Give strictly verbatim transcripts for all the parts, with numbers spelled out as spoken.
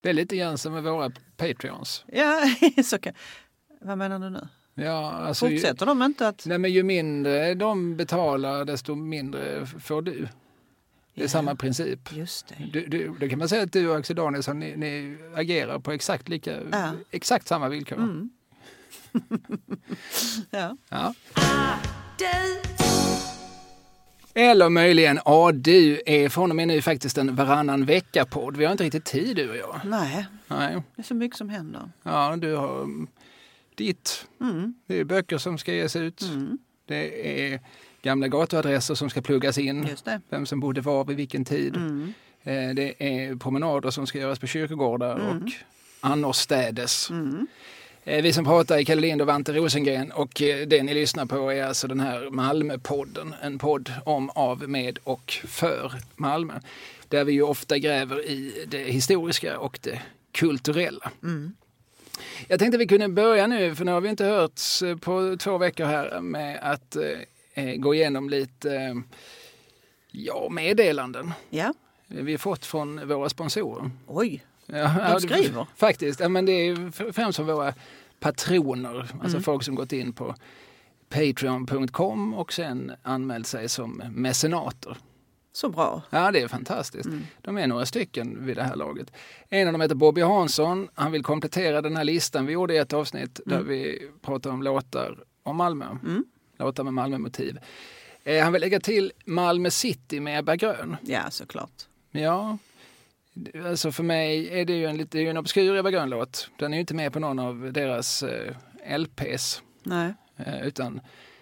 Det är lite grann som med våra Patreons. Ja, så kan... Vad menar du nu? Ja, alltså, fortsätter de inte att... Nej, men ju mindre de betalar, desto mindre får du. Det är ja, samma princip. Just det. Du, du, då kan man säga att du och Axel Danielsson, ni, ni agerar på exakt lika, ja. exakt samma villkor. Mm. ja. ja. Eller möjligen, ja, du är från och med nu faktiskt en varannan vecka-podd. Vi har inte riktigt tid, du och jag. Nej, Nej. Det är så mycket som händer. Ja, du har ditt. Mm. Det är böcker som ska ges ut. Mm. Det är gamla gatuadresser som ska pluggas in. Just det. Vem som bodde var vid vilken tid. Mm. Det är promenader som ska göras på kyrkogårdar mm. och annorstädes. Mm. Vi som pratar är Kalle Lind och Vante Rosengren, och det ni lyssnar på är alltså den här Malmöpodden. En podd om, av, med och för Malmö. Där vi ju ofta gräver i det historiska och det kulturella. Mm. Jag tänkte vi kunde börja nu, för nu har vi inte hörts på två veckor här, med att eh, gå igenom lite eh, ja, meddelanden. Ja. Vi har fått från våra sponsorer. Oj, ja, de skriver? Det, faktiskt, ja, men det är främst från våra patroner, alltså mm. folk som gått in på patreon punkt com och sen anmält sig som mecenater. Så bra. Ja, det är fantastiskt. Mm. De är några stycken vid det här laget. En av dem heter Bobby Hansson. Han vill komplettera den här listan. Vi gjorde ett avsnitt mm. där vi pratar om låtar om Malmö. Mm. Låtar med Malmö-motiv. Eh, han vill lägga till Malmö City med Ebba Grön. Ja, såklart. Ja, alltså för mig är det ju en, lite, en obskyr Ebba Grön-låt. Den är ju inte med på någon av deras eh, L P:s. Nej. Eh, utan...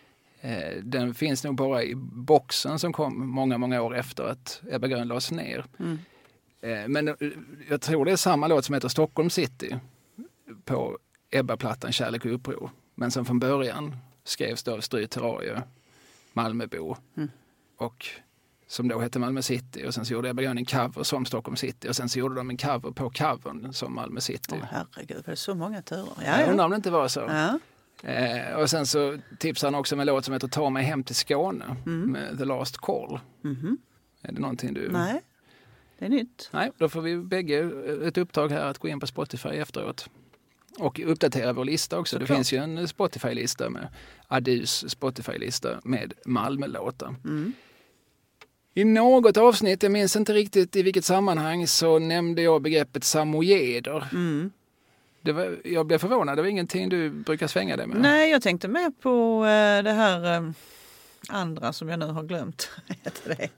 Den finns nog bara i boxen som kom många, många år efter att Ebba Grön lades ner. Mm. Men jag tror det är samma låt som heter Stockholm City på Ebba-plattan Kärlek och uppror. Men som från början skrevs av Stry Terrarie, Malmöbo. Mm. Och som då hette Malmö City. Och sen så gjorde Ebba Grön en cover som Stockholm City. Och sen så gjorde de en cover på covern som Malmö City. Åh, herregud, det är så många turer. Ja, jag ja. undrar om det inte var så. Ja. Eh, och sen så tipsar han också med en låt som heter Ta mig hem till Skåne mm. med The Last Call. Mm-hmm. Är det någonting du... Nej, det är nytt. Nej, då får vi bägge ett uppdrag här att gå in på Spotify efteråt. Och uppdatera vår lista också. Så det klart. Finns ju en Spotify-lista med Adus Spotify-lista med Malmö-låtar. Mm. I något avsnitt, jag minns inte riktigt i vilket sammanhang, så nämnde jag begreppet samojeder. Mm. Det var, jag blev förvånad, det var ingenting du brukar svänga dig med. Nej, jag tänkte med på eh, det här eh, andra som jag nu har glömt. Heter det.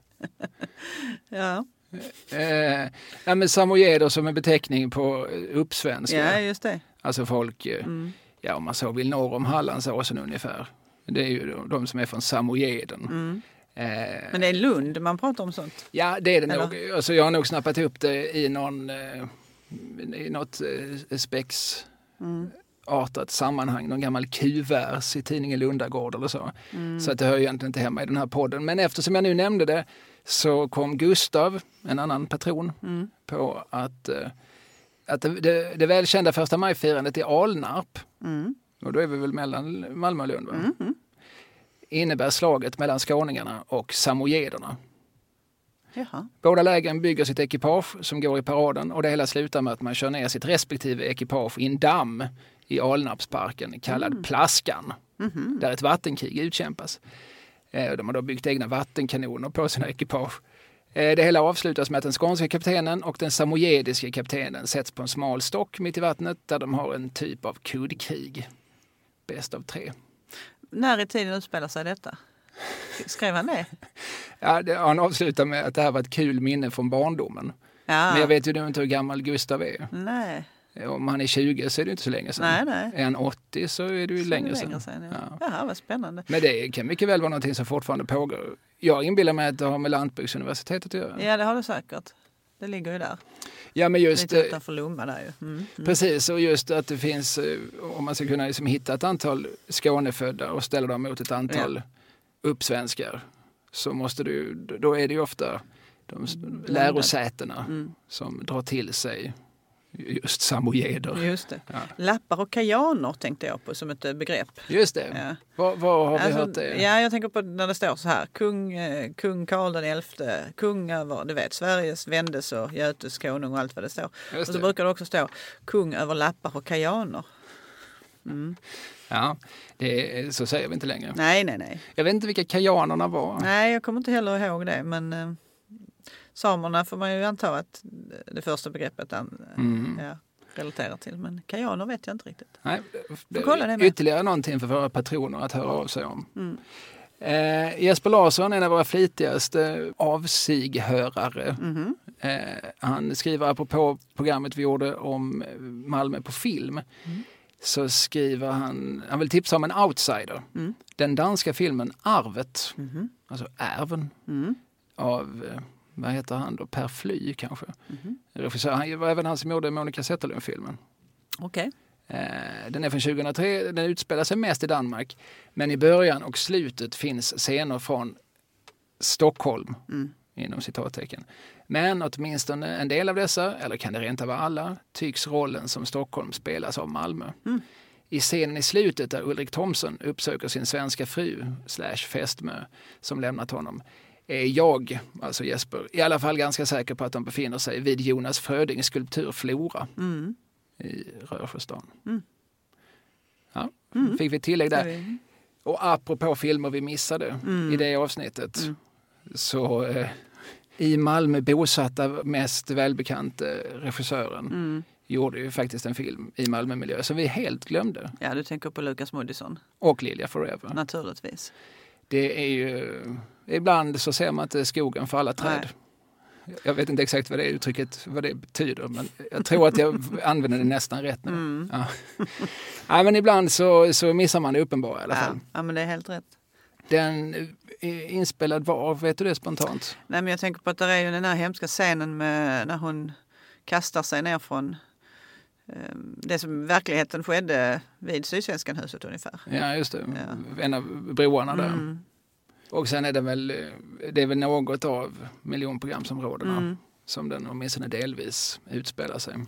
ja. Eh, ja, men samojeder som en beteckning på uppsvenska. Ja, just det. Alltså folk, mm. ja, om man så vill norr om Hallandsåsen ungefär. Det är ju de, de som är från samojeden. Mm. Eh, men det är Lund man pratar om sånt? Ja, det är det Eller? nog. Alltså, jag har nog snappat upp det i någon... Eh, i något eh, spex mm. artat sammanhang, någon gammal kuvers i tidningen Lundagård eller så. Mm. Så att det hör egentligen inte hemma i den här podden. Men eftersom jag nu nämnde det så kom Gustav, en annan patron, mm. på att, eh, att det, det, det välkända första maj-firandet i Alnarp, mm. och då är vi väl mellan Malmö och Lund, va? Mm. innebär slaget mellan skåningarna och samojederna. Jaha. Båda lägen bygger sitt ekipage som går i paraden, och det hela slutar med att man kör ner sitt respektive ekipage i en damm i Alnarpsparken kallad mm. Plaskan, mm-hmm. där ett vattenkrig utkämpas. Eh, de har då byggt egna vattenkanoner på sina ekipage. Eh, det hela avslutas med att den skånska kaptenen och den samojediska kaptenen sätts på en smal stock mitt i vattnet där de har en typ av kuddkrig. Bäst av tre. När i tiden utspelar sig detta? Skrev han det? Ja, det, han avslutar med att det här var ett kul minne från barndomen. Ja. Men jag vet ju nu inte hur gammal Gustav är. Nej. Om han är tjugo så är det inte så länge sedan. Nej, nej. Är han åttio så är det ju så längre, det längre sedan. sedan. Ja. Ja. Jaha, vad spännande. Men det kan mycket väl vara någonting som fortfarande pågår. Jag inbillar mig att det har med Lantbruksuniversitetet att göra. Ja, det har det säkert. Det ligger ju där. Ja, men just, lite utanför Lomma där ju. Mm. Mm. Precis, och just att det finns, om man ska kunna liksom hitta ett antal Skånefödda och ställa dem mot ett antal ja. uppsvenskar, så måste du, då är det ju ofta de lärosätena mm. som drar till sig Just samojeder. Just det. Ja. Lappar och kajaner tänkte jag på som ett begrepp. Just det. Ja. Var, var har vi alltså, hört det? Ja, jag tänker på när det står så här. Kung, eh, kung Karl den elfte, kung över, du vet, Sveriges, Vendes och Götes konung och allt vad det står. Just och så det. brukar det också stå kung över lappar och kajaner. Mm. Ja, det, så säger vi inte längre. Nej, nej, nej. Jag vet inte vilka kajanerna var. Nej, jag kommer inte heller ihåg det, men eh, samerna får man ju anta att det första begreppet an, Mm. ja, relaterar till. Men kajaner vet jag inte riktigt. Nej, det kolla det är med. ytterligare någonting för våra patroner att höra av sig om. Mm. Eh, Jesper Larsson är en av våra flitigaste avsighörare. Mm-hmm. Eh, han skriver apropå programmet vi gjorde om Malmö på film. Mm. Så skriver han, han vill tipsa om en outsider. Mm. Den danska filmen Arvet, Mm-hmm. alltså Ärven, Mm. av, eh, vad heter han då, Per Fly kanske. Mm-hmm. Regissör. Han var även han som gjorde Monica Zetterlund-filmen. Okej. Eh, den är från tjugohundratre, den utspelar sig mest i Danmark. Men i början och slutet finns scener från Stockholm, Mm. inom citattecken. Men åtminstone en del av dessa, eller kan det rent av vara alla, tycks rollen som Stockholm spelas av Malmö. Mm. I scenen i slutet där Ulrik Thomsen uppsöker sin svenska fru slash fästmö som lämnat honom är jag, alltså Jesper, i alla fall ganska säker på att de befinner sig vid Jonas Frödings skulptur Flora Mm. i Rörsjöstan. Mm. Ja, Mm. fick vi tillägg där. Mm. Och apropå filmer vi missade Mm. i det avsnittet Mm. så eh, i Malmö bosatta mest välbekanta regissören Mm. gjorde ju faktiskt en film i Malmömiljö som vi helt glömde. Ja, du tänker på Lukas Moodysson, Och Lilja Forever. naturligtvis. Det är ju, ibland så ser man inte skogen för alla träd. Jag vet inte exakt vad det uttrycket vad det betyder, men jag tror att jag använder det nästan rätt nu. Mm. Ja. Ja, men ibland så, så missar man det uppenbara i alla fall. Ja, ja, men det är helt rätt. Den är inspelad var, vet du det spontant? Nej, men jag tänker på att det är ju den här hemska scenen med när hon kastar sig ner från eh, det som verkligheten skedde vid Sydsvenskan huset ungefär. Ja, just det. Ja. En av broarna där. Mm. Och sen är det väl, det är väl något av miljonprogramsområdena Mm. som den åtminstone delvis utspelar sig.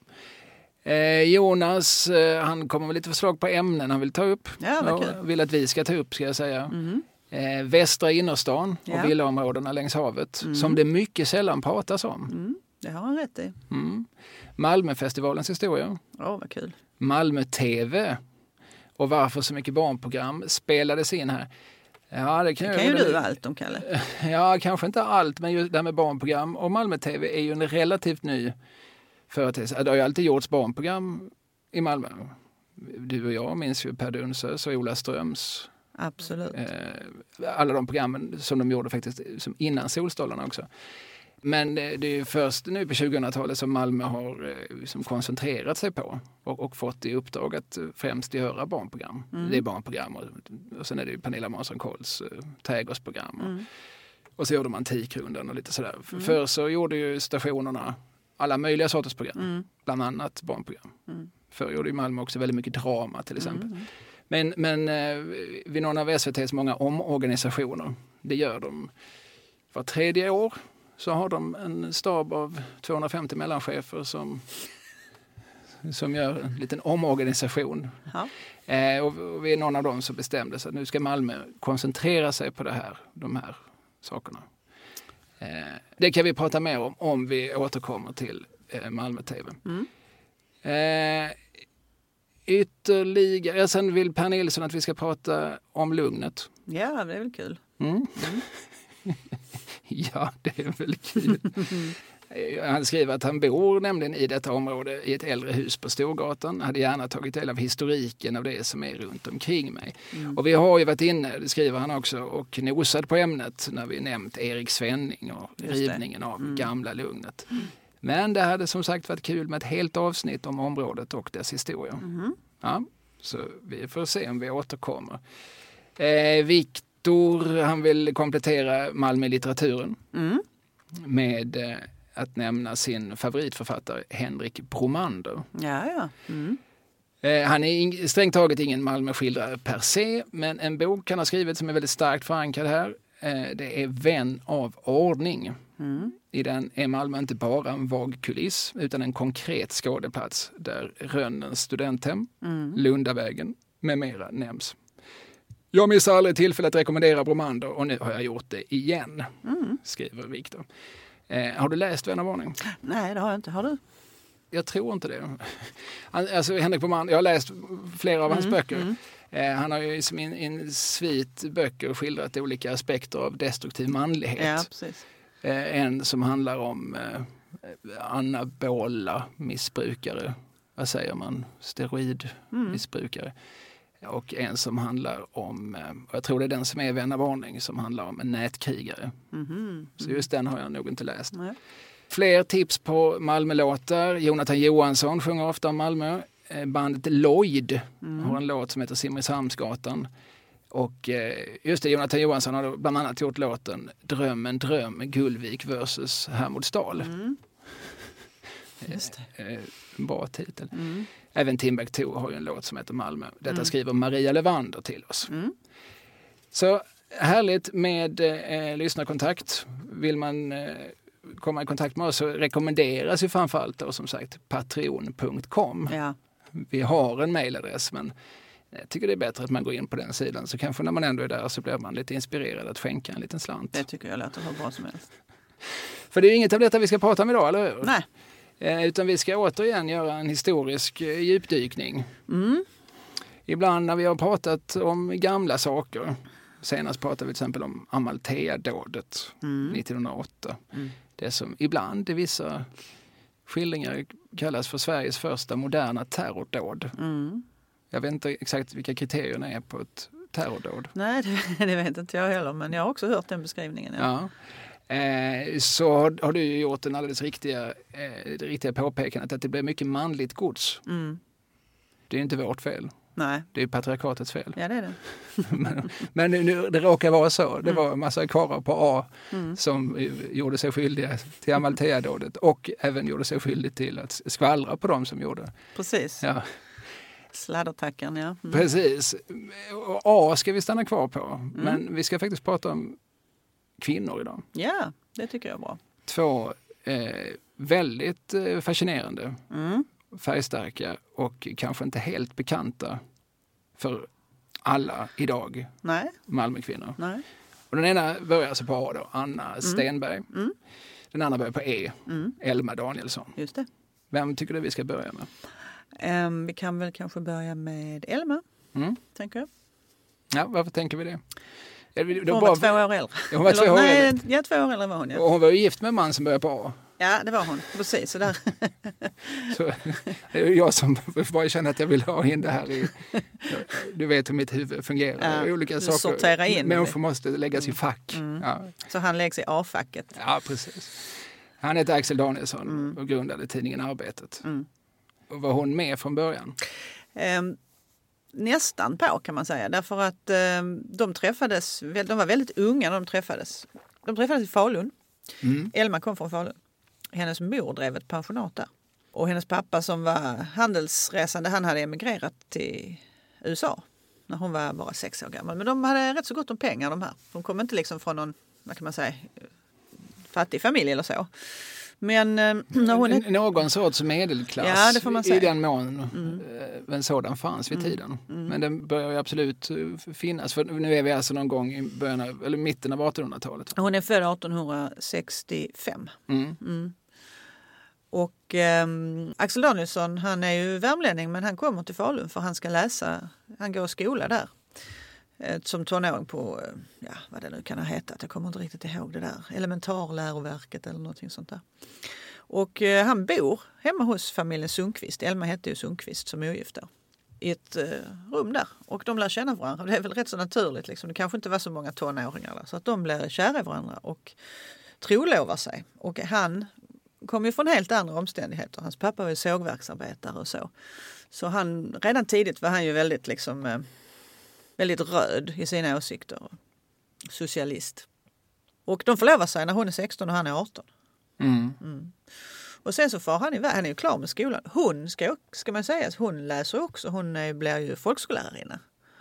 Eh, Jonas, eh, han kommer med lite förslag på ämnen han vill ta upp. Ja, vad kul. vill att vi ska ta upp, ska jag säga. Mm. Eh, västra innerstan Ja. och villaområdena längs havet, Mm. som det mycket sällan pratas om. Mm. Det har han rätt i. Mm. Malmöfestivalens historia. Åh, vad kul. Malmö-T V och varför så mycket barnprogram spelades in här. Ja, det kan, Det jag kan ju väl- du allt om, Kalle. Ja, kanske inte allt, men just det här med barnprogram och Malmö-T V är ju en relativt ny företeelse. Det har ju alltid gjorts barnprogram i Malmö. Du och jag minns ju Per Dunsös och Ola Ströms, Absolut. eh, alla de programmen som de gjorde faktiskt som innan Solstolarna också. Men det är ju först nu på tjugohundratalet som Malmö har eh, liksom koncentrerat sig på och, och fått i uppdrag att eh, främst göra barnprogram. Mm. Det är barnprogram och, och sen är det ju Pernilla Månsson-Kohls eh, trädgårdsprogram. Och, Mm. och så gjorde man Antikrundan och lite sådär. Mm. Förr så gjorde ju stationerna alla möjliga sorters program, Mm. bland annat barnprogram. Mm. Förr gjorde ju Malmö också väldigt mycket drama till exempel. Mm. Men, men eh, vid någon av S V T:s många omorganisationer, det gör de var tredje år, så har de en stab av tvåhundrafemtio mellanchefer som, som gör en liten omorganisation. Ja. Eh, och, och vid någon av dem så bestämdes att nu ska Malmö koncentrera sig på det här, de här sakerna. Eh, det kan vi prata mer om om vi återkommer till eh, Malmö-T V. Mm. Eh, ytterligare, ja, sen vill Per Nilsson att vi ska prata om Lugnet. Ja, det är väl kul. Mm. Ja, det är väl kul. Han skriver att han bor nämligen i detta område i ett äldre hus på Storgatan. Hade gärna tagit del av historiken av det som är runt omkring mig. Mm. Och vi har ju varit inne, det skriver han också, och nosat på ämnet när vi nämnt Erik Svenning och Just det. rivningen av Mm. gamla Lugnet. Men det hade som sagt varit kul med ett helt avsnitt om området och dess historia. Mhm. Ja, så vi får se om vi återkommer. Eh, Viktor, han vill komplettera Malmö-litteraturen Mm. med eh, att nämna sin favoritförfattare Henrik Bromander. Ja, ja. Mm. Eh, han är ing- strängt taget ingen Malmöskildrare per se, men en bok han har skrivit som är väldigt starkt förankrad här Eh, det är Vän av ordning. Mm. I den är Malmö inte bara en vag kuliss utan en konkret skådeplats där Rönnens studenthem, Mm. Lundavägen med mera nämns. Jag missar aldrig tillfället att rekommendera Bromander och nu har jag gjort det igen, Mm. skriver Viktor. Eh, har du läst Vän av ordning? Nej, det har jag inte. Har du? Jag tror inte det. Han, alltså Henrik Bromander, jag har läst flera av hans Mm. böcker. Mm. Eh, han har ju som en, en svit böcker skildrat olika aspekter av destruktiv manlighet. Ja, precis. Eh, en som handlar om eh, anabola missbrukare, vad säger man, steroidmissbrukare. Mm. Och en som handlar om, eh, jag tror det är den som är Vän av ordning, som handlar om en nätkrigare. Mm. Så just den har jag nog inte läst. Nej. Fler tips på Malmö-låtar. Jonathan Johansson sjunger ofta om Malmö. Eh, bandet Lloyd Mm. har en låt som heter Simrishamnsgatan. Och eh, just det, Jonathan Johansson har bland annat gjort låten Drömmen dröm, Gullvik versus Hermodsdal. Mm. Just det. Eh, bra titel. Mm. Även Timbuktu har ju en låt som heter Malmö. Detta Mm. skriver Maria Levander till oss. Mm. Så härligt med eh, lyssnarkontakt. Vill man eh, komma i kontakt med oss så rekommenderas ju framförallt då, som sagt patreon punkt com. Ja. Vi har en mejladress men jag tycker det är bättre att man går in på den sidan så kanske när man ändå är där så blir man lite inspirerad att skänka en liten slant. Det tycker jag låter hur bra som helst. För det är inget av detta vi ska prata om idag, eller hur? Nej. Eh, utan vi ska återigen göra en historisk eh, djupdykning. Mm. Ibland när vi har pratat om gamla saker, senast pratade vi till exempel om Amalthea-dådet Mm. nittonhundraåtta. Mm. Det som ibland i vissa skildringar kallas för Sveriges första moderna terrordåd. Mm. Jag vet inte exakt vilka kriterierna är på ett terrordåd. Nej, det, det vet inte jag heller, men jag har också hört den beskrivningen. Ja. Ja. Eh, så har, har du ju gjort en alldeles riktiga, eh, det riktiga påpekandet att det blir mycket manligt gods. Mm. Det är inte vårt fel. Nej. Det är patriarkatets fel. Ja, det är det. men men nu, det råkar vara så. Det Mm. var en massa karlar på A Mm. som eh, gjorde sig skyldiga till Amalthea-dådet och även gjorde sig skyldiga till att skvallra på dem som gjorde. Precis. Ja, Sladdertackaren, ja. Mm. precis. Och A ska vi stanna kvar på. Mm. Men vi ska faktiskt prata om kvinnor idag. Ja, det tycker jag är bra. Två eh, väldigt eh, fascinerande, Mm. färgstarka och kanske inte helt bekanta för alla idag Nej, Malmökvinnor. nej. Och den ena börjar alltså på A då, Anna Stenberg. Mm. Den andra börjar på E, Mm. Elma Danielsson. Just det. Vem tycker du vi ska börja med? Ehm, vi kan väl kanske börja med Elma, Mm? tänker jag. Ja, varför tänker vi det? Ja, vi- Hon då var bara- två år äldre. Ja, hon var två Eller, år nej, äldre. ja, två år äldre var hon, ja. Och hon var ju gift med en man som börjar på A. Ja, det var hon. Precis, så där. Så, det är jag som bara känner att jag vill ha in det här i... Du vet hur mitt huvud fungerar. Ja, Olika du saker. sorterar in Människor måste läggas i fack. Mm. Ja. Så han läggs i A-facket. ja, precis. Han heter Axel Danielsson Mm. och grundade tidningen Arbetet. Mm. Och var hon med från början? Ehm, nästan på kan man säga. Därför att ehm, de träffades, väl- de var väldigt unga när de träffades. De träffades i Falun. Mm. Elma kom från Falun. Hennes mor drev ett pensionat där. Och hennes pappa som var handelsresande, han hade emigrerat till U S A när hon var bara sex år gammal. Men de hade rätt så gott om pengar de här. De kom inte liksom från någon, vad kan man säga, fattig familj eller så. Men eh, när hon... N- Någon sorts medelklass Ja, det får man säga. i den mån Mm. eh, en sådan fanns vid Mm. tiden. Mm. Men den börjar ju absolut eh, finnas. För nu är vi alltså någon gång i början av, eller mitten av artonhundratalet. Hon är född arton sextiofem. Mm. Mm. Och ehm, Axel Danielsson, han är ju värmlänning men han kommer till Falun för han ska läsa, han går i skola där. Eh, som tonåring på, eh, ja vad det nu kan ha hetat, jag kommer inte riktigt ihåg det där, elementarläroverket eller någonting sånt där. Och eh, han bor hemma hos familjen Sundqvist, Elma hette ju Sundqvist som ogift där, i ett eh, rum där. Och de lär känna varandra, det är väl rätt så naturligt liksom. Det kanske inte var så många tonåringar där, så att de blir kära i varandra och trolovar sig. Och han kom ju från helt andra omständigheter. Hans pappa var ju sågverksarbetare och så. Så han, redan tidigt var han ju väldigt liksom eh, väldigt röd i sina åsikter. Socialist. Och de förlovar sig när hon är sexton och han är arton. Mm. Mm. Och sen så får han iväg, han är ju klar med skolan. Hon ska, ska man säga, hon läser också, hon är, blir ju folkskolärarinna.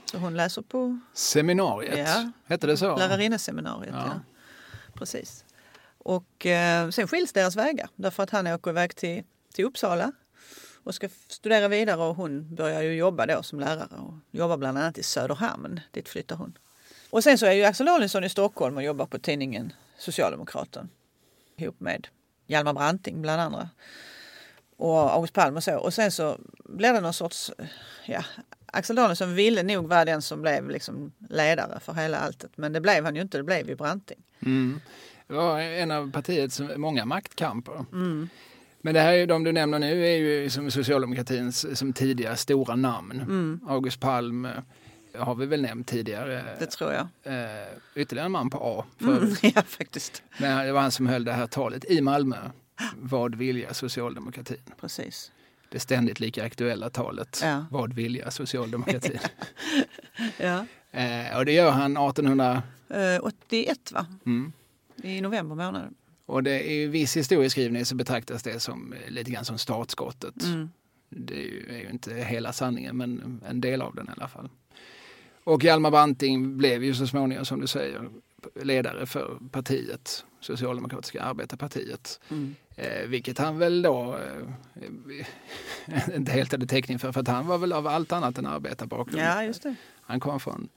Så hon läser på... Seminariet, ja, hette det så? Lärarinneseminariet, ja. ja. Precis. Och eh, sen skiljs deras vägar. Därför att han åker iväg till, till Uppsala och ska studera vidare. Och hon börjar ju jobba då som lärare. Och jobbar bland annat i Söderhamn. Dit flyttar hon. Och sen så är ju Axel Danielsson i Stockholm och jobbar på tidningen Socialdemokraten. Ihop med Hjalmar Branting bland andra. Och August Palm och så. Och sen så blev det någon sorts... Ja, Axel Danielsson ville nog vara den som blev liksom ledare för hela alltet. Men det blev han ju inte, det blev ju Branting. Mm. Det var en av partiets många maktkamper. Mm. Men det här är de du nämner nu är ju som socialdemokratins som tidiga stora namn. Mm. August Palm har vi väl nämnt tidigare. Det tror jag. Eh, ytterligare en man på A. Mm, ja, faktiskt. Men det var han som höll det här talet i Malmö. Vad vilja socialdemokratin? Precis. Det ständigt lika aktuella talet. Ja. Vad vilja socialdemokratin? ja. eh, och det gör han artonhundraåttioett Uh, åttioett va? Mm. I november månad. Och det är ju viss historieskrivning så betraktas det som lite grann som startskottet. Mm. Det är ju, är ju inte hela sanningen men en del av den i alla fall. Och Hjalmar Branting blev ju så småningom som du säger ledare för partiet, Socialdemokratiska arbetarpartiet. Mm. Eh, vilket han väl då eh, inte helt hade täckning för för att han var väl av allt annat än arbetarbakgrund. Ja, just det. Han kom från,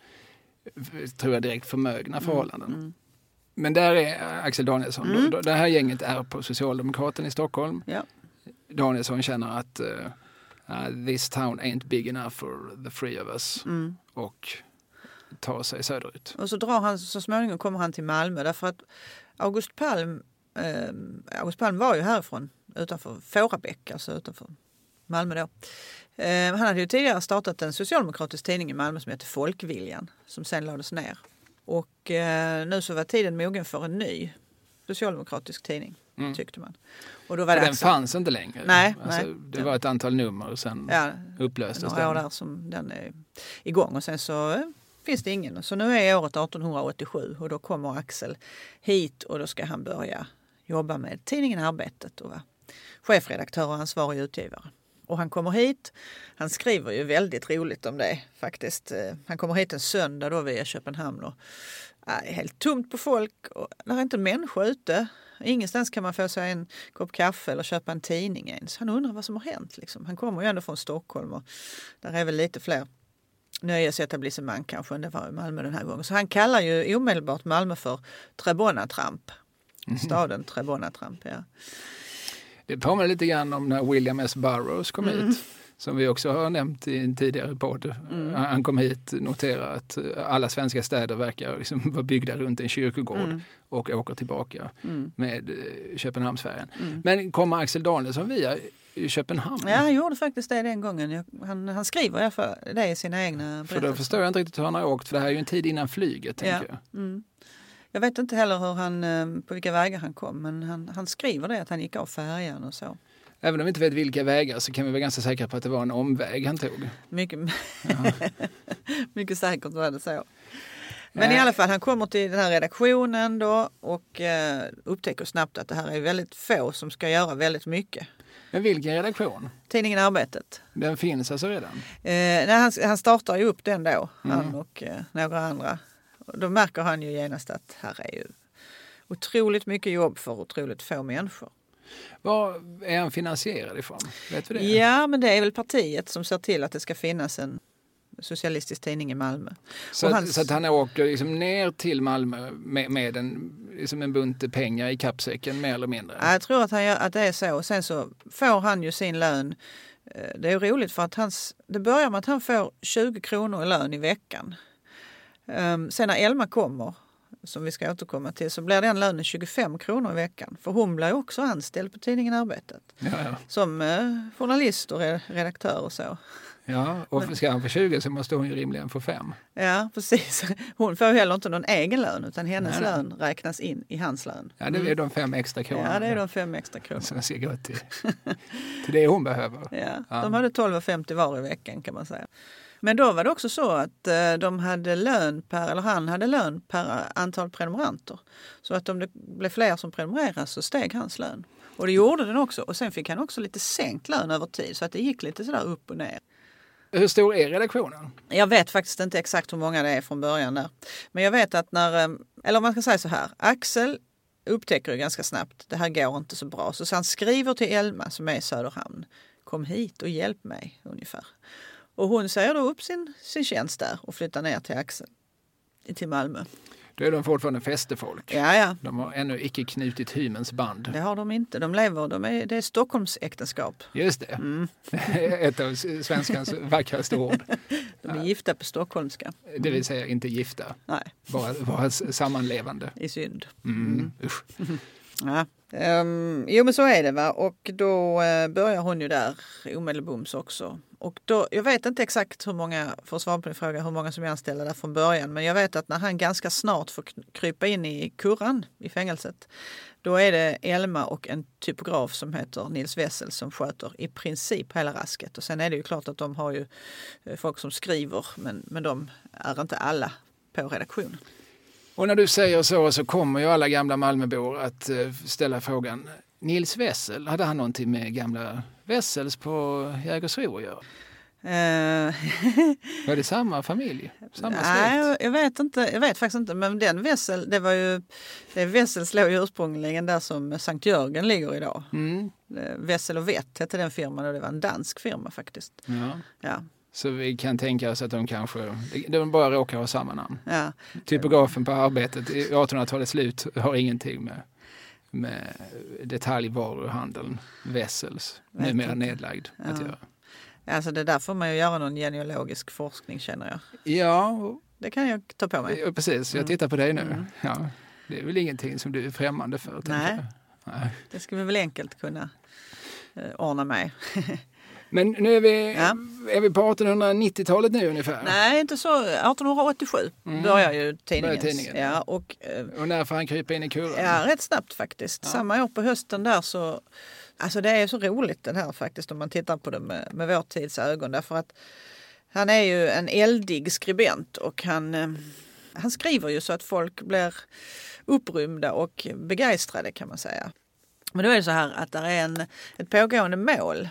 tror jag, direkt förmögna förhållanden. Mm. Mm. Men där är Axel Danielsson. Mm. Då, det här gänget är på Socialdemokraten i Stockholm. Ja. Danielsson känner att uh, uh, this town ain't big enough for the three of us. Mm. Och tar sig söderut. Och så drar han, så småningom kommer han till Malmö därför att August Palm, eh, August Palm var ju härifrån utanför Fårabäck, alltså utanför Malmö då. Eh, han hade ju tidigare startat en socialdemokratisk tidning i Malmö som heter Folkviljan som sen lades ner. Och eh, nu så var tiden mogen för en ny socialdemokratisk tidning, mm. tyckte man. Och då var det den alltså, fanns inte längre. Nej, alltså, nej. Det var ett antal nummer och sen ja, upplöstes några år den. där som den är igång och sen så eh, finns det ingen. Så nu är året artonhundraåttiosju och då kommer Axel hit och då ska han börja jobba med tidningen Arbetet och vara chefredaktör och ansvarig utgivare. Och han kommer hit, han skriver ju väldigt roligt om det faktiskt. Han kommer hit en söndag då via Köpenhamn och är helt tomt på folk och det är inte en människa ute. Ingenstans kan man få sig en kopp kaffe eller köpa en tidning ens. Han undrar vad som har hänt liksom. Han kommer ju ändå från Stockholm och där är väl lite fler nöjesetablissemang kanske än det var i Malmö den här gången. Så han kallar ju omedelbart Malmö för Trebonnatramp. Staden Trebonnatramp, ja. Det påminner lite grann om när William S. Burroughs kom mm. hit. Som vi också har nämnt i en tidigare podd. Mm. Han kom hit och noterade att alla svenska städer verkar liksom vara byggda runt en kyrkogård mm. och åker tillbaka mm. med Köpenhamnsfärjan. Mm. Men kommer Axel Danielsson via Köpenhamn? Ja, han gjorde faktiskt det den gången. Han, han skriver i alla fall det i sina egna berättelser. För då förstår jag inte riktigt hur han har åkt, för det här är ju en tid innan flyget, tänker ja. jag. Mm. Jag vet inte heller hur han, på vilka vägar han kom, men han, han skriver det att han gick av färjan och så. Även om vi inte vet vilka vägar så kan vi vara ganska säkra på att det var en omväg han tog. Mycket, mycket säkert var det så. Men äh. i alla fall, han kommer till den här redaktionen då och eh, upptäcker snabbt att det här är väldigt få som ska göra väldigt mycket. Men vilken redaktion? Tidningen Arbetet. Den finns alltså redan? Eh, nej, han, han startar ju upp den då, mm. han och eh, några andra. Och då märker han ju genast att här är ju otroligt mycket jobb för otroligt få människor. Var är han finansierad ifrån? Vet du det? Ja, men det är väl partiet som ser till att det ska finnas en socialistisk tidning i Malmö. Så, hans... att, så att han åker liksom ner till Malmö med, med en, liksom en bunt pengar i kappsäcken mer eller mindre? Ja, jag tror att, han gör, att det är så. Och sen så får han ju sin lön. Det är roligt för att hans, det börjar med att han får tjugo kronor i lön i veckan. Um, sen när Elma kommer, som vi ska återkomma till, så blir den lönen tjugofem kronor i veckan. För hon blir också anställd på tidningen Arbetet. Ja, ja. Som eh, journalist och redaktör och så. Ja, och ska han få tjugo så måste hon ju rimligen få fem. Ja, precis. Hon får ju heller inte någon egen lön utan hennes nej, nej. lön räknas in i hans lön. Ja, det är de fem extra kronorna. Ja, det är de fem extra kronorna. Som ska gå till, till det hon behöver. Ja, ja. De hade tolv femtio var i veckan kan man säga. Men då var det också så att de hade lön per, eller han hade lön per antal prenumeranter. Så att om det blev fler som prenumererade så steg hans lön. Och det gjorde den också. Och sen fick han också lite sänkt lön över tid så att det gick lite sådär upp och ner. Hur stor är redaktionen? Jag vet faktiskt inte exakt hur många det är från början där. Men jag vet att när, eller om man ska säga så här, Axel upptäcker ju ganska snabbt, det här går inte så bra. Så han skriver till Elma som är i Söderhamn, kom hit och hjälp mig ungefär. Och hon säger då upp sin, sin tjänst där och flyttar ner till Axel, till Malmö. Då är de fortfarande fästefolk. Ja, ja. De har ännu icke knutit hymens band. Det har de inte. De lever, de är, det är Stockholms äktenskap. Just det. Mm. Ett av svenskans vackraste ord. De är gifta på stockholmska. Det vill säga inte gifta. Nej. Bara, bara sammanlevande. I synd. Mm. Usch. Ja. Um, jo men så är det va. Och då uh, börjar hon ju där omedelbums också. Och då, jag vet inte exakt hur många, för att svara på din fråga, hur många som är anställda där från början. Men jag vet att när han ganska snart får krypa in i kurran i fängelset. Då är det Elma och en typograf som heter Nils Wessel som sköter i princip hela rasket. Och sen är det ju klart att de har ju folk som skriver. Men, men de är inte alla på redaktionen. Och när du säger så så kommer ju alla gamla Malmöbor att ställa frågan, Nils Wessel, hade han någonting med gamla Wessels på Jägersro att göra? Uh, var det samma familj? Samma nej, släkt? jag vet inte. Jag vet faktiskt inte. Men den Wessel, det var ju... Det Wessels låg ju ursprungligen där som Sankt Jörgen ligger idag. Mm. Wessel och Vett hette den firman och det var en dansk firma faktiskt. Ja. Ja. Så vi kan tänka oss att de kanske, de bara råkar ha samma namn. Ja. Typografen på Arbetet i artonhundratalets slut har ingenting med, med detaljvaruhandeln Wessels, numera nedlagd, ja. att göra. Alltså det där får man ju göra någon genealogisk forskning känner jag. Ja. Det kan jag ta på mig. Ja, precis, jag tittar på dig nu. Mm. Ja, det är väl ingenting som du är främmande för. Nej, Nej. Det ska vi väl enkelt kunna eh, ordna med. Men nu är vi, ja. är vi på artonhundranittiotalet nu ungefär? Nej, inte så. artonhundraåttiosju mm. börjar ju tidningen. tidningen. Ja, och, och när får han krypa in i kurran? Ja, rätt snabbt faktiskt. Ja. Samma år på hösten där så... Alltså det är så roligt det här faktiskt om man tittar på det med, med vår tids ögon. Därför att han är ju en eldig skribent och han, han skriver ju så att folk blir upprymda och begeistrade kan man säga. Men då är det så här att det är en, ett pågående mål.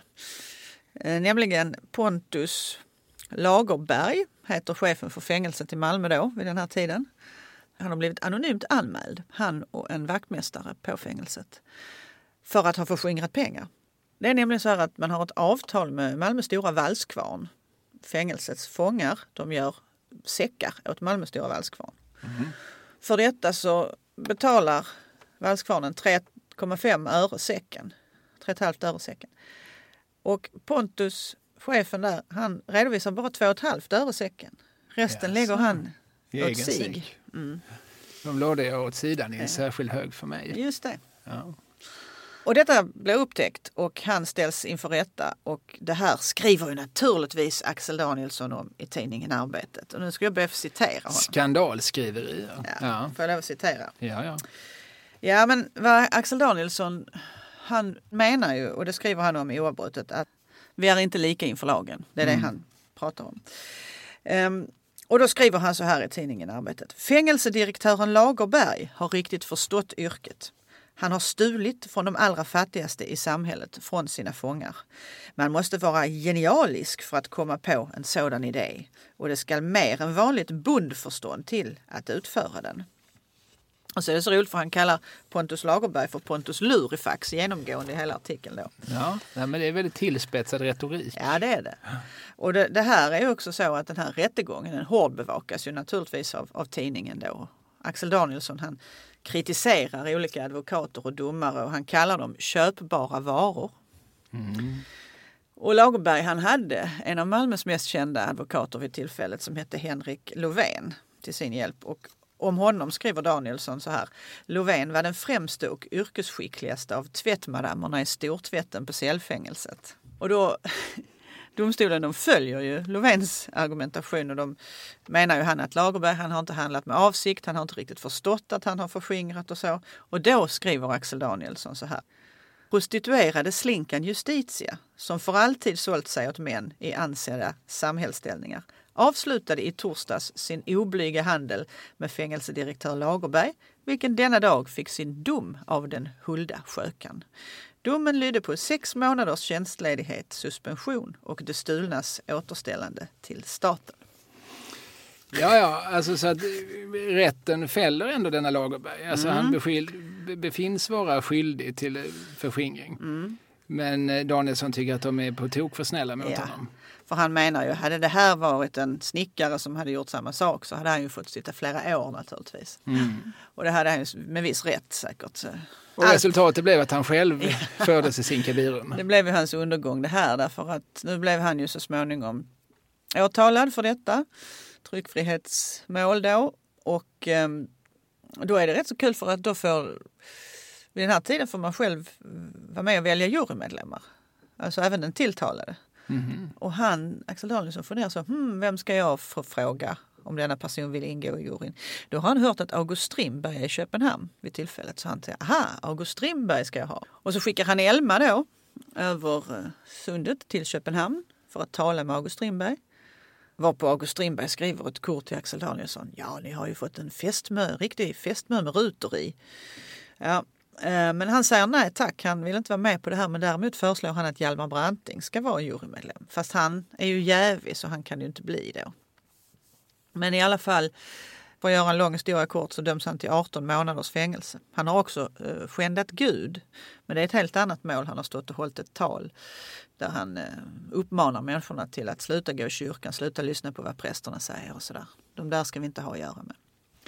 Nämligen Pontus Lagerberg heter chefen för fängelset i Malmö då vid den här tiden. Han har blivit anonymt anmäld, han och en vaktmästare på fängelset, för att ha förskingrat pengar. Det är nämligen så här att man har ett avtal med Malmö Stora Valskvarn. Fängelsets fångar, de gör säckar åt Malmö Stora Valskvarn. Mm. För detta så betalar Valskvarnen tre komma fem öre säcken. tre komma fem öre säcken. Och Pontus, chefen där, han redovisar bara två komma fem öre säcken. Resten yes. lägger han åt sig. Mm. De låg jag åt sidan i en ja. särskild hög för mig. Just det. Ja. Och detta blir upptäckt och han ställs inför rätta. Och det här skriver ju naturligtvis Axel Danielsson om i tidningen Arbetet. Och nu ska jag börja citera honom. Skandalskriveri. Ja. Ja, ja. Får jag lov att citera? Ja, ja. Ja, men vad Axel Danielsson, han menar ju, och det skriver han om i oavbrutet, att vi är inte lika inför lagen. Det är mm. det han pratar om. Um, och då skriver han så här i tidningen Arbetet. Fängelsedirektören Lagerberg har riktigt förstått yrket. Han har stulit från de allra fattigaste i samhället, från sina fångar. Man måste vara genialisk för att komma på en sådan idé. Och det ska mer än vanligt bondförstånd till att utföra den. Och så är det så roligt för han kallar Pontus Lagerberg för Pontus Lurifax genomgående i hela artikeln då. Ja, men det är väldigt tillspetsad retorik. Ja, det är det. Och det, det här är ju också så att den här rättegången, den hårdbevakas ju naturligtvis av, av tidningen då. Axel Danielsson, han kritiserar olika advokater och domare och han kallar dem köpbara varor. Mm. Och Lagerberg, han hade en av Malmös mest kända advokater vid tillfället som hette Henrik Lovén till sin hjälp. Och om honom skriver Danielsson så här. Lovén var den främste och yrkesskickligaste av tvättmadammerna i stortvätten på cellfängelset. Och då... Domstolen de följer ju Lovéns argumentation och de menar ju han att Lagerberg han har inte handlat med avsikt, han har inte riktigt förstått att han har förskingrat och så. Och då skriver Axel Danielsson så här. Prostituerade slinkan Justitia, som för alltid sålt sig åt män i ansedda samhällsställningar, avslutade i torsdags sin oblyga handel med fängelsedirektör Lagerberg, vilken denna dag fick sin dom av den hulda skökan. Domen lydde på sex månaders tjänstledighet, suspension och det stulnas återställande till staten. Ja, ja, alltså så att rätten fäller ändå denna Lagerberg. Alltså mm. han beskyld, befinns vara skyldig till förskingring. Mm. Men Danielsson tycker att de är på tok för snälla mot ja. honom. För han menar ju, hade det här varit en snickare som hade gjort samma sak så hade han ju fått sitta flera år naturligtvis. Mm. Och det hade han ju med viss rätt säkert. Och Allt. Resultatet blev att han själv fördes i sin kabirrum. Det blev ju hans undergång det här, därför att nu blev han ju så småningom åtalad för detta. Tryckfrihetsmål då. Och eh, då är det rätt så kul för att då får, vid den här tiden får man själv vara med och välja jurymedlemmar. Alltså även den tilltalade. Mm-hmm. Och han, Axel Danielsson, funderar så, hmm, vem ska jag få fråga om denna person vill ingå i juryn? Då har han hört att August Strindberg är i Köpenhamn vid tillfället. Så han säger, aha, August Strindberg ska jag ha. Och så skickar han Elma då över sundet till Köpenhamn för att tala med August Strindberg. Varpå August Strindberg skriver ett kort till Axel Danielsson. Ja, ni har ju fått en festmö, riktig festmö med rutor i. Ja, men han säger nej tack, han vill inte vara med på det här, men däremot föreslår han att Hjalmar Branting ska vara jurymedlem. Fast han är ju jävig så han kan ju inte bli då. Men i alla fall, för att göra en lång historia kort, så döms han till arton månaders fängelse. Han har också uh, skändat Gud, men det är ett helt annat mål. Han har stått och hållit ett tal där han uh, uppmanar människorna till att sluta gå i kyrkan, sluta lyssna på vad prästerna säger och sådär. De där ska vi inte ha att göra med.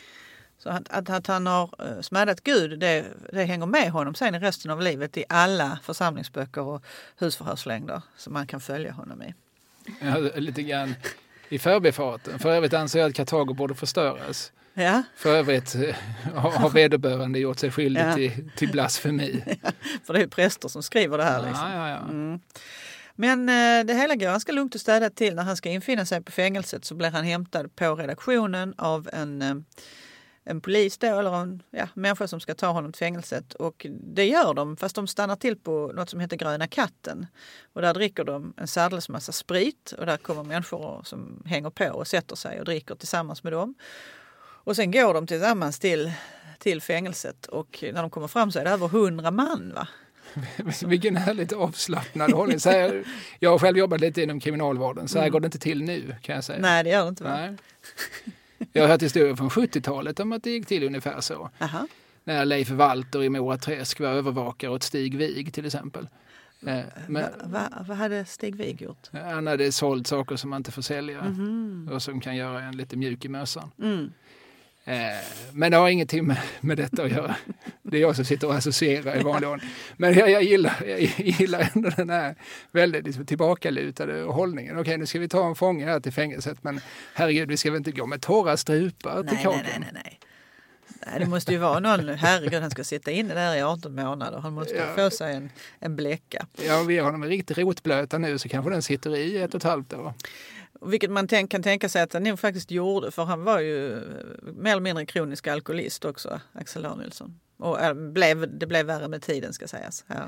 Så att, att, att han har uh, smädat Gud, det, det hänger med honom sen i resten av livet i alla församlingsböcker och husförhörslängder som man kan följa honom i. Ja, lite grann i förbifarten. För övrigt anser jag att Kartago borde förstöras. Ja. För övrigt har vederbörande gjort sig skyldig ja. till, till blasfemi. Ja, för det är ju präster som skriver det här. Ja, liksom. ja, ja. Mm. Men eh, det hela går ganska lugnt och städat till. När han ska infinna sig på fängelset så blir han hämtad på redaktionen av en, eh, en polis då, eller en ja, människa som ska ta honom till fängelset. Och det gör de, fast de stannar till på något som heter Gröna katten. Och där dricker de en särdeles massa sprit. Och där kommer människor som hänger på och sätter sig och dricker tillsammans med dem. Och sen går de tillsammans till, till fängelset. Och när de kommer fram så är det över hundra man, va? Vilken härligt avslappnad hållning. Så här, jag har själv jobbat lite inom kriminalvården. Så här mm. går det inte till nu, kan jag säga. Nej, det gör det inte. Va? Nej. Jag har hört historier från sjuttiotalet om att det gick till ungefär så. Aha. När Leif Walter i Mora Träsk var övervakare åt Stig Wig till exempel. Men, va, va, vad hade Stig Wig gjort? Han hade sålt saker som man inte får sälja. Mm-hmm. Och som kan göra en lite mjuk i mössan. Mm. Eh, men det har ingenting med, med detta att göra. Det är jag som sitter och associerar i vanlig ordning. Men jag, jag, gillar, jag gillar ändå den här väldigt liksom, tillbakalutade hållningen. Okej, nu ska vi ta en fånge här till fängelset. Men herregud, vi ska väl inte gå med torra strupar till kakan. Nej, nej, nej, nej. Nej, det måste ju vara någon, herregud, han ska sitta inne där i arton månader. Han måste ja. få sig en, en bläcka. Ja, vi har honom riktigt rotblöta nu så kanske den sitter i ett och ett halvt år. Vilket man tänk, kan tänka sig att han nog faktiskt gjorde, för han var ju mer eller mindre kronisk alkoholist också, Axel Danielsson. Och äh, blev, det blev värre med tiden, ska sägas. Ja.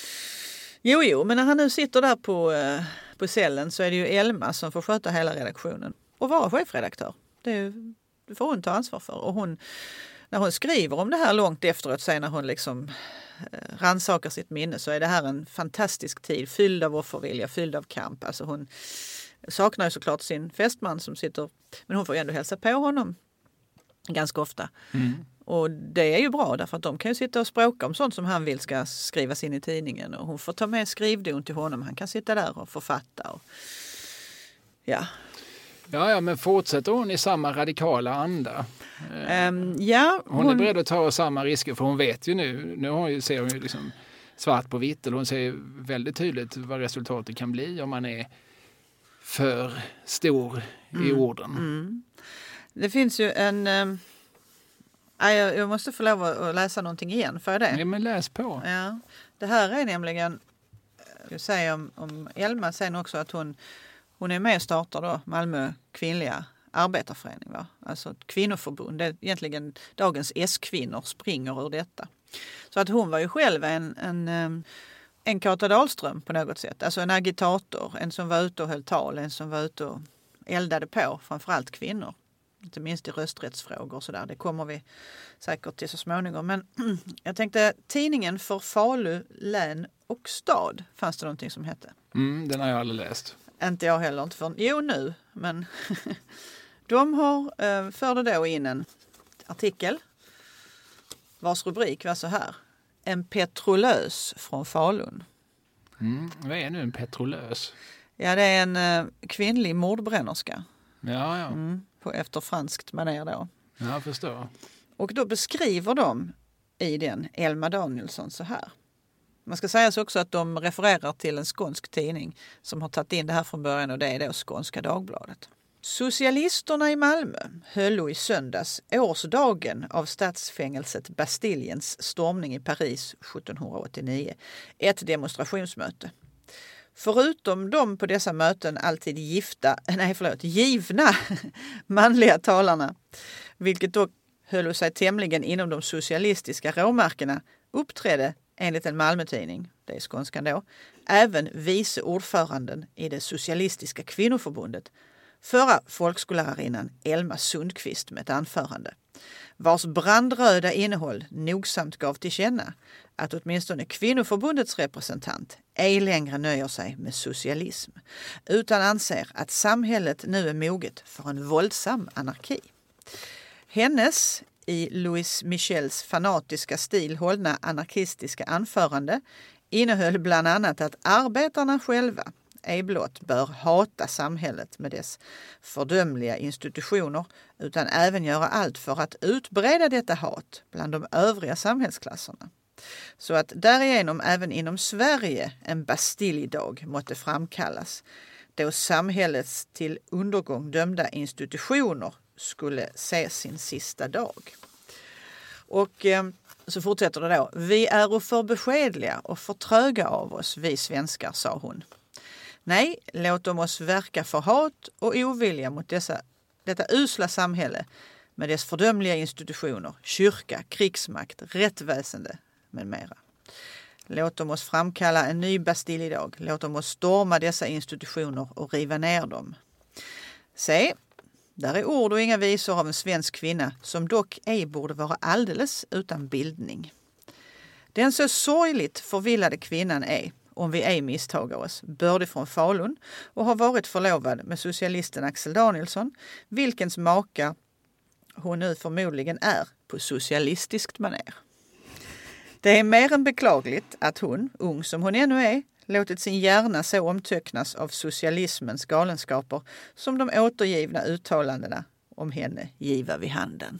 Jo, jo, men när han nu sitter där på, äh, på cellen så är det ju Elma som får sköta hela redaktionen och vara chefredaktör. Det, är ju, det får hon ta ansvar för. Och hon, när hon skriver om det här långt efteråt, sen när hon liksom äh, rannsakar sitt minne, så är det här en fantastisk tid, fylld av offervilja, fylld av kamp. Alltså hon saknar ju såklart sin fästman som sitter, men hon får ju ändå hälsa på honom ganska ofta. Mm. Och det är ju bra därför att de kan ju sitta och språka om sånt som han vill ska skrivas in i tidningen. Och hon får ta med skrivdon till honom. Han kan sitta där och författa. Och, ja. Ja, ja, men fortsätter hon i samma radikala anda? Um, ja, hon, hon är beredd att ta samma risker, för hon vet ju nu, nu har hon ju, ser hon ju liksom svart på vitt, och hon ser väldigt tydligt vad resultatet kan bli om man är för stor i mm. orden. Mm. Det finns ju en... Um, jag, jag måste få lov att läsa någonting igen för det. Ja, men läs på. Ja. Det här är nämligen... Jag säger om, om Elma sen också att hon, hon är med och startar då Malmö kvinnliga arbetarförening. Va? Alltså ett kvinnoförbund. Det är egentligen dagens S-kvinnor springer ur detta. Så att hon var ju själv en... en um, En Kata Dahlström på något sätt. Alltså en agitator. En som var ute och höll tal. En som var ute och eldade på. Framförallt kvinnor. Inte minst i rösträttsfrågor och sådär. Det kommer vi säkert till så småningom. Men jag tänkte, tidningen för Falu län och stad fanns det någonting som hette. Mm, den har jag aldrig läst. Inte jag heller. Inte för, jo, nu. Men de har, eh, förde då in en artikel vars rubrik var så här. En petrolös från Falun. Mm, vad är nu en petrolös? Ja, det är en eh, kvinnlig mordbrännerska. Ja, ja. Mm, på efter franskt manér då. Ja, jag förstår. Och då beskriver de i den Elma Danielsson så här. Man ska säga så också att de refererar till en skånsk tidning som har tagit in det här från början och det är då Skånska Dagbladet. Socialisterna i Malmö höll i söndags årsdagen av stadsfängelset Bastiljens stormning i Paris sjuttonhundraåttionio ett demonstrationsmöte. Förutom de på dessa möten alltid gifta, nej förlåt, givna manliga talarna, vilket dock höll sig tämligen inom de socialistiska råmärkena, uppträdde enligt en Malmötidning, det är Skånskan då, även vice ordföranden i det socialistiska kvinnoförbundet, förra folkskollarinnan Elma Sundqvist med ett anförande, vars brandröda innehåll nogsamt gav till känna att åtminstone kvinnoförbundets representant ej längre nöjer sig med socialism, utan anser att samhället nu är moget för en våldsam anarki. Hennes i Louis Michels fanatiska stil hållna anarkistiska anförande innehöll bland annat att arbetarna själva ej blott bör hata samhället med dess fördömliga institutioner utan även göra allt för att utbreda detta hat bland de övriga samhällsklasserna. Så att därigenom även inom Sverige en Bastiljedag måtte framkallas då samhällets till undergång dömda institutioner skulle se sin sista dag. Och eh, så fortsätter det då. Vi är för beskedliga och för tröga av oss, vi svenskar, sa hon. Nej, låt dem oss verka för hat och ovilja mot dessa, detta usla samhälle med dess fördömliga institutioner, kyrka, krigsmakt, rättväsende med mera. Låt dem oss framkalla en ny Bastiljedag. Låt dem oss storma dessa institutioner och riva ner dem. Se, där är ord och inga visor av en svensk kvinna som dock ej borde vara alldeles utan bildning. Den så sorgligt förvillade kvinnan är, om vi ej misstagar oss, bördig från Falun och har varit förlovad med socialisten Axel Danielsson, vilkens maka hon nu förmodligen är på socialistiskt manér. Det är mer än beklagligt att hon, ung som hon ännu är, låtit sin hjärna så omtöcknas av socialismens galenskaper som de återgivna uttalandena om henne giva vid handen.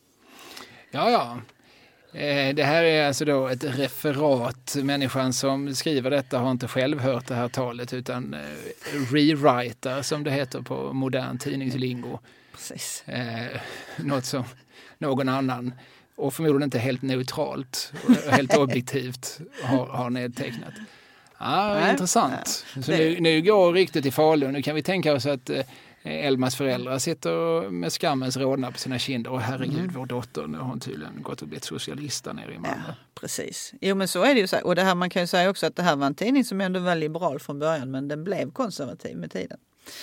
Ja, ja. Det här är alltså då ett referat. Människan som skriver detta har inte själv hört det här talet utan rewriter som det heter på modern tidningslingo. Precis. Eh, något som någon annan och förmodligen inte helt neutralt och helt objektivt har, har nedtecknat. Ja, Nej, intressant. Ja. Så nu, nu går riktigt i Falun. Nu kan vi tänka oss att eh, Elmas föräldrar sitter med skammens rodnad på sina kinder. Och herregud, mm. vår dotter, nu har hon tydligen gått och blivit socialista nere i Malmö. Ja, precis. Jo, men så är det ju så. Och det här, man kan ju säga också att det här var en tidning som ändå var liberal från början, men den blev konservativ med tiden.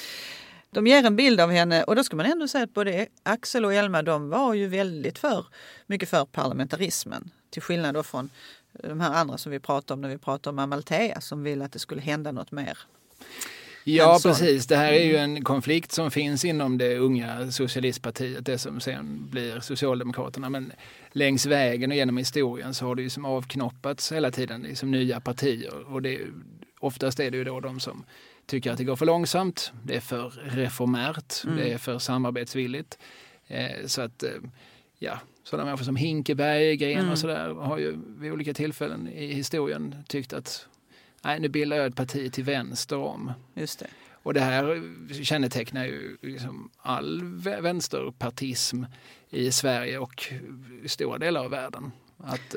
De ger en bild av henne och då ska man ändå säga att både Axel och Elma, de var ju väldigt för, mycket för parlamentarismen. Till skillnad då från de här andra som vi pratar om när vi pratar om Amalthea som vill att det skulle hända något mer. Ja, precis. Det här är ju en konflikt som finns inom det unga socialistpartiet, det som sen blir Socialdemokraterna. Men längs vägen och genom historien så har det ju som avknoppats hela tiden liksom nya partier. Och det, oftast är det ju då de som tycker att det går för långsamt, det är för reformärt, mm. det är för samarbetsvilligt. Eh, så att, eh, ja, sådana människor som Hinkeberg, Gren mm. och sådär har ju vid olika tillfällen i historien tyckt att nej, nu bildar jag ett parti till vänster om. Just det. Och det här kännetecknar ju liksom all vänsterpartism i Sverige och i stora delar av världen. Att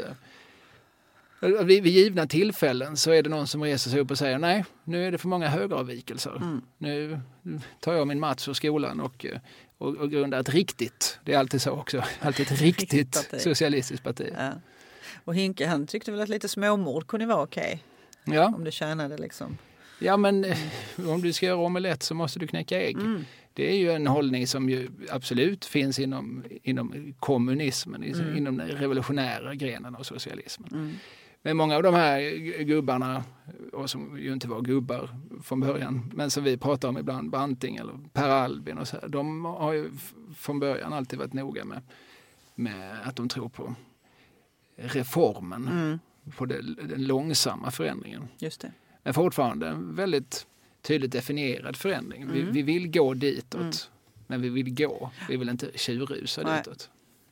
eh, vid, vid givna tillfällen så är det någon som reser sig upp och säger nej, nu är det för många högeravvikelser. Mm. Nu tar jag min Mats ur skolan och, och, och grundar ett riktigt, det är alltid så också, alltid ett riktigt parti. Socialistiskt parti. Ja. Och Hinke, han tyckte väl att lite småmord kunde vara okej. Okay. Ja. Om du tjänade liksom. Ja, men mm. om du ska göra omelett så måste du knäcka ägg. Mm. Det är ju en hållning som ju absolut finns inom, inom kommunismen, mm. inom den revolutionära grenen av socialismen. Mm. Men många av de här gubbarna, och som ju inte var gubbar från början, men som vi pratar om ibland, Branting eller Per Albin och så här, de har ju från början alltid varit noga med, med att de tror på reformen, mm. på det, den långsamma förändringen. Just det. Men fortfarande en väldigt tydligt definierad förändring. Mm. Vi, vi vill gå ditåt, mm. men vi vill gå. Vi vill inte tjurrusa Nej. ditåt.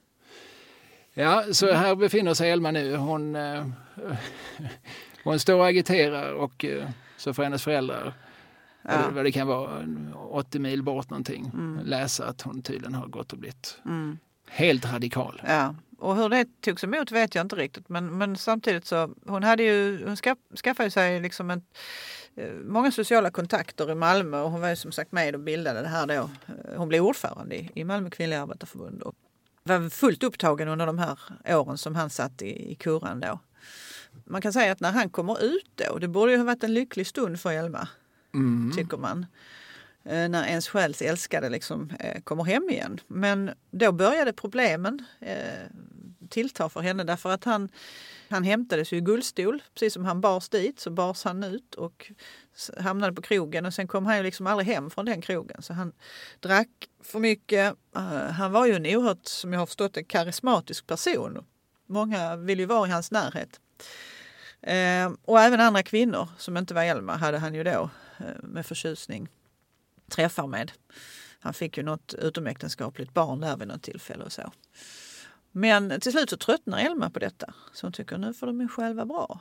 Ja, så här befinner sig Elma nu. Hon, eh, hon står och agiterar och eh, så får hennes föräldrar, ja. vad det kan vara, åttio mil bort någonting, mm. läsa att hon tydligen har gått och blivit mm. helt radikal. Ja, och hur det togs emot vet jag inte riktigt. Men, men samtidigt så, hon hade ju, hon skaff, skaffade sig liksom en, många sociala kontakter i Malmö och hon var ju som sagt med och bildade det här då. Hon blev ordförande i, i Malmö kvinnliga arbetarförbund och var fullt upptagen under de här åren som han satt i, i kurran då. Man kan säga att när han kommer ut då, det borde ju ha varit en lycklig stund för Elma, mm. tycker man. Eh, när ens själs älskade liksom, eh, kommer hem igen. Men då började problemen eh, tillta för henne därför att han, han hämtades ju i guldstol. Precis som han bars dit så bars han ut och hamnade på krogen och sen kom han ju liksom aldrig hem från den krogen. Så han drack för mycket. Uh, han var ju en oerhört, som jag har förstått, en karismatisk person. Många vill ju vara i hans närhet. Uh, och även andra kvinnor som inte var Elma hade han ju då uh, med förtjusning träffar med. Han fick ju något utomäktenskapligt barn där vid något tillfälle och så. Men till slut så tröttnar Elma på detta. Så hon tycker nu får de ju själva bra.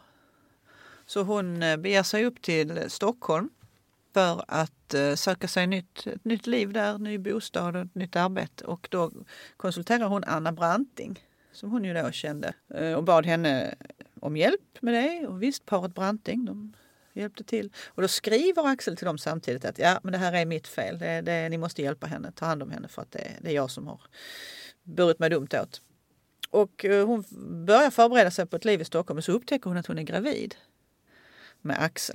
Så hon beger sig upp till Stockholm för att uh, söka sig nytt, ett nytt liv där, ny bostad och ett nytt arbete. Och då konsulterar hon Anna Branting som hon ju då kände uh, och bad henne om hjälp med det. Och visst, paret Branting, de hjälpte till. Och då skriver Axel till dem samtidigt att ja, men det här är mitt fel. Det, det, ni måste hjälpa henne, ta hand om henne för att det, det är jag som har burit mig dumt åt. Och uh, hon börjar förbereda sig på ett liv i Stockholm och så upptäcker hon att hon är gravid med Axel.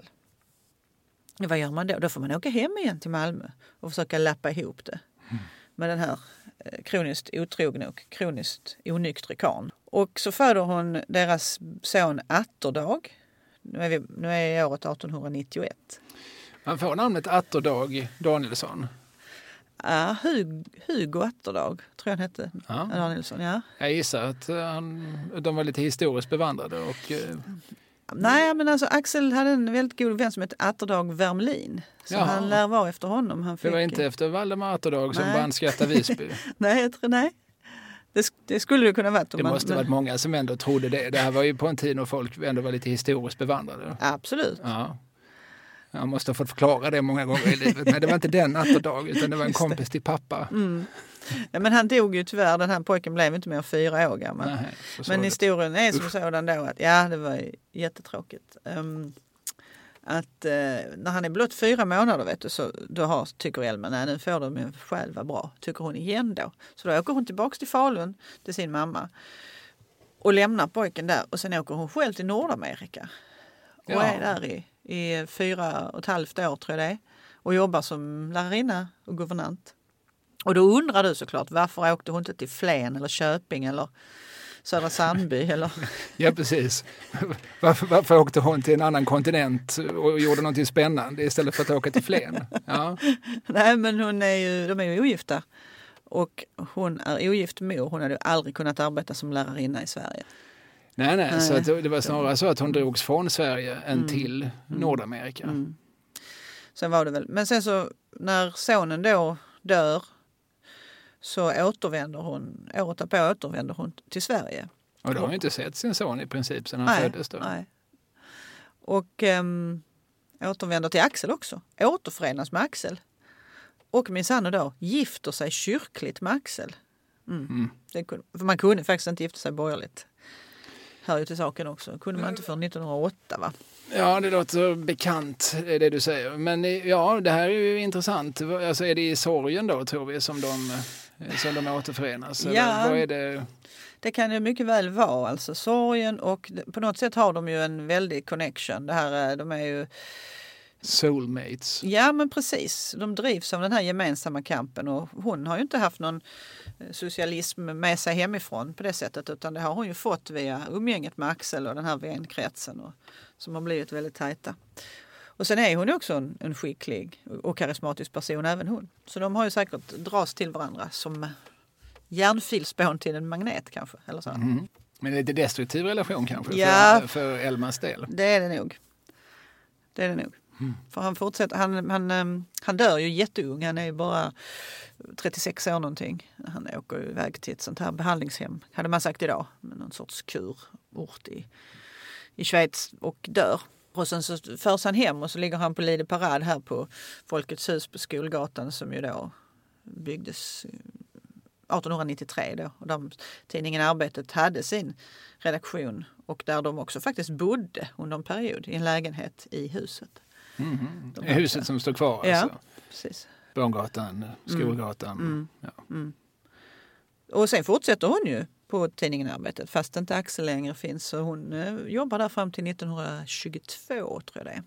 Och vad gör man då? Då får man åka hem igen till Malmö och försöka lappa ihop det mm. med den här eh, kroniskt otrogne och kroniskt onyktre karln. Och så föder hon deras son Atterdag. Nu är, vi, nu är året arton nittioett. Man får namnet Atterdag Danielsson. Ja, Hug, Hugo Atterdag tror jag han hette. Ja. Danielsson, ja. Jag gissar att han, de var lite historiskt bevandrade och... Eh... Nej, men alltså Axel hade en väldigt god vän som hette Atterdag Wermelin. Så Jaha. Han lär vara efter honom. Han fick... Det var inte efter Valdemar Atterdag som vann Skratta Visby. nej, jag tror, nej. Det, det skulle det kunna vara. Det man, måste ha varit många som ändå trodde det. Det här var ju på en tid när folk ändå var lite historiskt bevandrade. Absolut. Ja. Jag måste ha fått förklara det många gånger i livet. Men det var inte den Atterdag utan det var en kompis till pappa. Mm. Ja, men han dog ju tyvärr. Den här pojken blev inte mer än fyra år gammal. Nej, men historien är som sådan då att ja, det var jättetråkigt. Um, att uh, när han är blott fyra månader vet du, så då har, tycker Elma, nej nu får de själv vara bra. Tycker hon igen då. Så då åker hon tillbaka till Falun till sin mamma och lämnar pojken där. Och sen åker hon själv till Nordamerika. Och ja. är där i, i fyra och ett halvt år tror jag det är. Och jobbar som lärarinna och guvernant. Och då undrar du såklart, varför åkte hon inte till Flen eller Köping eller Södra Sandby? Eller? Ja, precis. Varför, varför åkte hon till en annan kontinent och gjorde någonting spännande istället för att åka till Flen? Ja. Nej, men hon är ju, de är ju ogifta. Och hon är ogift mor. Hon hade ju aldrig kunnat arbeta som lärarinna i Sverige. Nej, nej. nej. Så att det var snarare så att hon drogs från Sverige än mm. till Nordamerika. Mm. Sen var det väl. Men sen så när sonen då dör så återvänder hon, året därpå återvänder hon till Sverige. Och då har hon inte sett sin son i princip sedan han nej, föddes då. Nej. Och um, återvänder till Axel också. Återförenas med Axel. Och minsann då gifter sig kyrkligt med Axel. Mm. Mm. Det kunde, för man kunde faktiskt inte gifta sig borgerligt. Hör ju till saken också. Kunde man inte för nittonhundraåtta va? Ja, det låter bekant det du säger. Men ja, det här är ju intressant. Alltså är det i sorgen då tror vi som de, som de återförenas? Ja, eller vad är det? Det kan ju mycket väl vara. Alltså sorgen och på något sätt har de ju en väldig connection. Det här, de är ju soulmates. Ja, men precis. De drivs av den här gemensamma kampen och hon har ju inte haft någon socialism med sig hemifrån på det sättet, utan det har hon ju fått via umgänget med Axel och den här vänkretsen och, som har blivit väldigt tajta. Och sen är hon också en, en skicklig och karismatisk person, även hon. Så de har ju säkert dras till varandra som järnfilspån till en magnet kanske. Eller så. Mm. Men det är lite destruktiv relation kanske ja, för, för Elmans del. Det är det nog. Det är det nog. Mm. För han fortsätter, han, han, han dör ju jätteung, han är ju bara trettiosex år någonting. Han åker ju iväg till ett sånt här behandlingshem, hade man sagt idag, med någon sorts kurort i, i Schweiz och dör. Och sen så förs han hem och så ligger han på Lide Parad här på Folkets hus på Skolgatan som ju då byggdes arton nittiotre då. Och de, tidningen Arbetet hade sin redaktion och där de också faktiskt bodde under en period i en lägenhet i huset. Mm-hmm. I huset som står kvar ja, alltså? Precis. Barngatan, Skolgatan. Mm. Ja. Mm. Och sen fortsätter hon ju på tidningen Arbetet fast inte Axel längre finns. Så hon eh, jobbar där fram till nittonhundratjugotvå tror jag det är.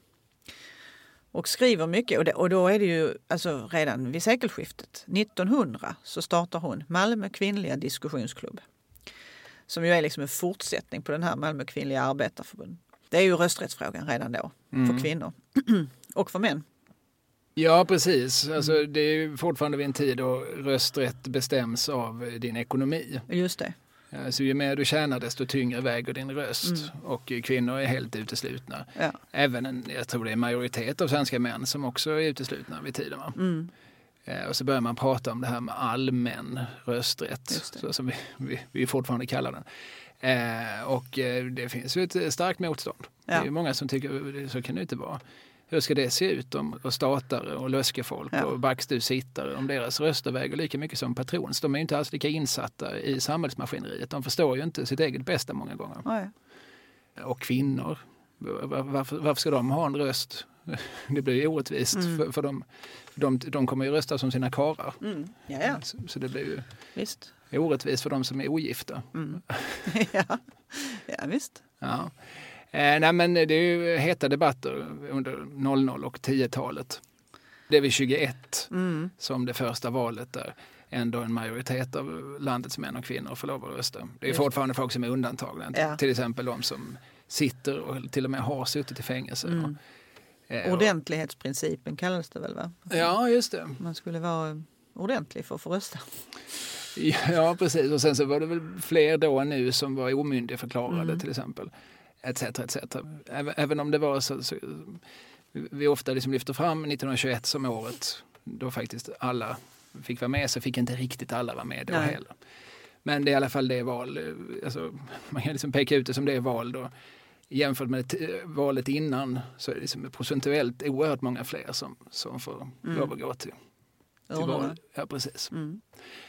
Och skriver mycket. Och, det, och då är det ju alltså redan vid sekelskiftet nittonhundra så startar hon Malmö kvinnliga diskussionsklubb. Som ju är liksom en fortsättning på den här Malmö kvinnliga arbetarförbund. Det är ju rösträttsfrågan redan då mm. för kvinnor och för män. Ja, precis. Alltså, det är ju fortfarande vid en tid då rösträtt bestäms av din ekonomi. Just det. Alltså, ju mer du tjänar desto tyngre väger din röst. Mm. Och kvinnor är helt uteslutna. Ja. Även en, jag tror det är en majoritet av svenska män som också är uteslutna vid tiden. Va? Mm. Och så börjar man prata om det här med allmän rösträtt, så som vi, vi, vi fortfarande kallar den. Eh, och eh, det finns ju ett starkt motstånd. Ja. Det är ju många som tycker så kan det inte vara. Hur ska det se ut om och statare och löskefolk ja. och backstusittare om deras röster väger lika mycket som patrons? De är ju inte alls lika insatta i samhällsmaskineriet. De förstår ju inte sitt eget bästa många gånger. Nej. Och kvinnor, varför, varför ska de ha en röst? Det blir ju orättvist mm. för, för dem. De, de kommer ju rösta som sina karar. Mm. Ja, ja. Så, så det blir ju visst. orättvist för de som är ogifta. Mm. ja. ja, visst. Ja. Eh, nej, men det är ju heta debatter under noll noll och tiotalet. Det är vid tjugoett mm. som det första valet där ändå en majoritet av landets män och kvinnor får lov att rösta. Det är just fortfarande folk som är undantagna. Ja. Till exempel de som sitter och till och med har suttit i fängelse. Mm. Eh, Ordentlighetsprincipen kallades det väl, va? Ja, just det. Man skulle vara ordentlig för att få rösta. Ja, precis. Och sen så var det väl fler då än nu som var omyndigförklarade mm. till exempel. Etc, et cetera. Även, även om det var så, så vi ofta liksom lyfter fram nittonhundratjugoett som året då faktiskt alla fick vara med, så fick inte riktigt alla vara med då Nej. heller. Men det är i alla fall det val, alltså, man kan liksom peka ut det som det val då. Jämfört med t- valet innan så är det liksom procentuellt oerhört många fler som, som får mm. lov att gå till, till val. Ja, precis. Mm.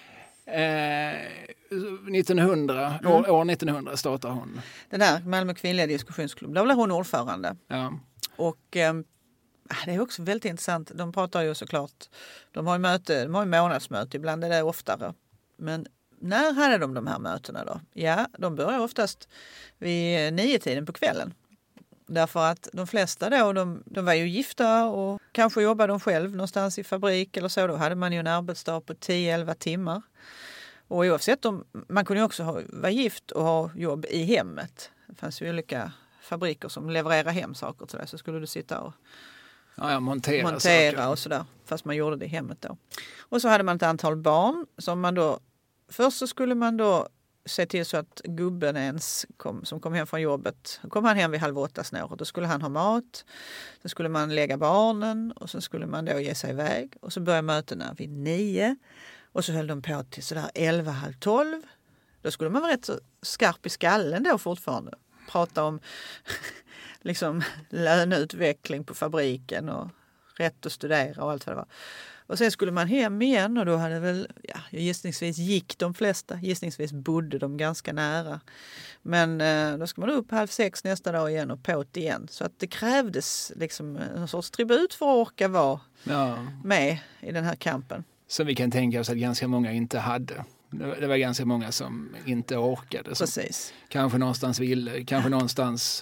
Eh, nittonhundra, mm. år, år nittonhundra startar hon. Den här Malmö kvinnliga diskussionsklubb, där blev hon ordförande. Ja. Och eh, det är också väldigt intressant. De pratar ju såklart, de har ju möte, de har ju månadsmöte, ibland är det oftare. Men när hade de de här mötena då? Ja, de börjar oftast vid nio tiden på kvällen. Därför att de flesta då, de, de var ju gifta och kanske jobbade de själv någonstans i fabrik eller så. Då hade man ju en arbetsdag på tio elva timmar. Och oavsett om, man kunde ju också ha, vara gift och ha jobb i hemmet. Det fanns ju olika fabriker som levererar hem saker till det. Så skulle du sitta och ja, ja, montera, montera och sådär. Fast man gjorde det i hemmet då. Och så hade man ett antal barn som man då, först så skulle man då se till så att gubben ens kom, som kom hem från jobbet, kom han hem vid halv åtta snåret. Då skulle han ha mat, så skulle man lägga barnen och så skulle man då ge sig iväg. Och så började mötena vid nio och så höll de på till sådär elva, halv tolv. Då skulle man vara rätt så skarp i skallen då fortfarande. Prata om liksom löneutveckling på fabriken och rätt att studera och allt vad det var. Och sen skulle man hem igen och då hade väl, ja, gissningsvis gick de flesta, gissningsvis bodde de ganska nära. Men eh, då ska man upp halv sex nästa dag igen och på det igen. Så att det krävdes liksom en sorts tribut för att orka vara ja. med i den här kampen. Som vi kan tänka oss att ganska många inte hade. Det var ganska många som inte orkade. Som Precis. Kanske någonstans ville, kanske någonstans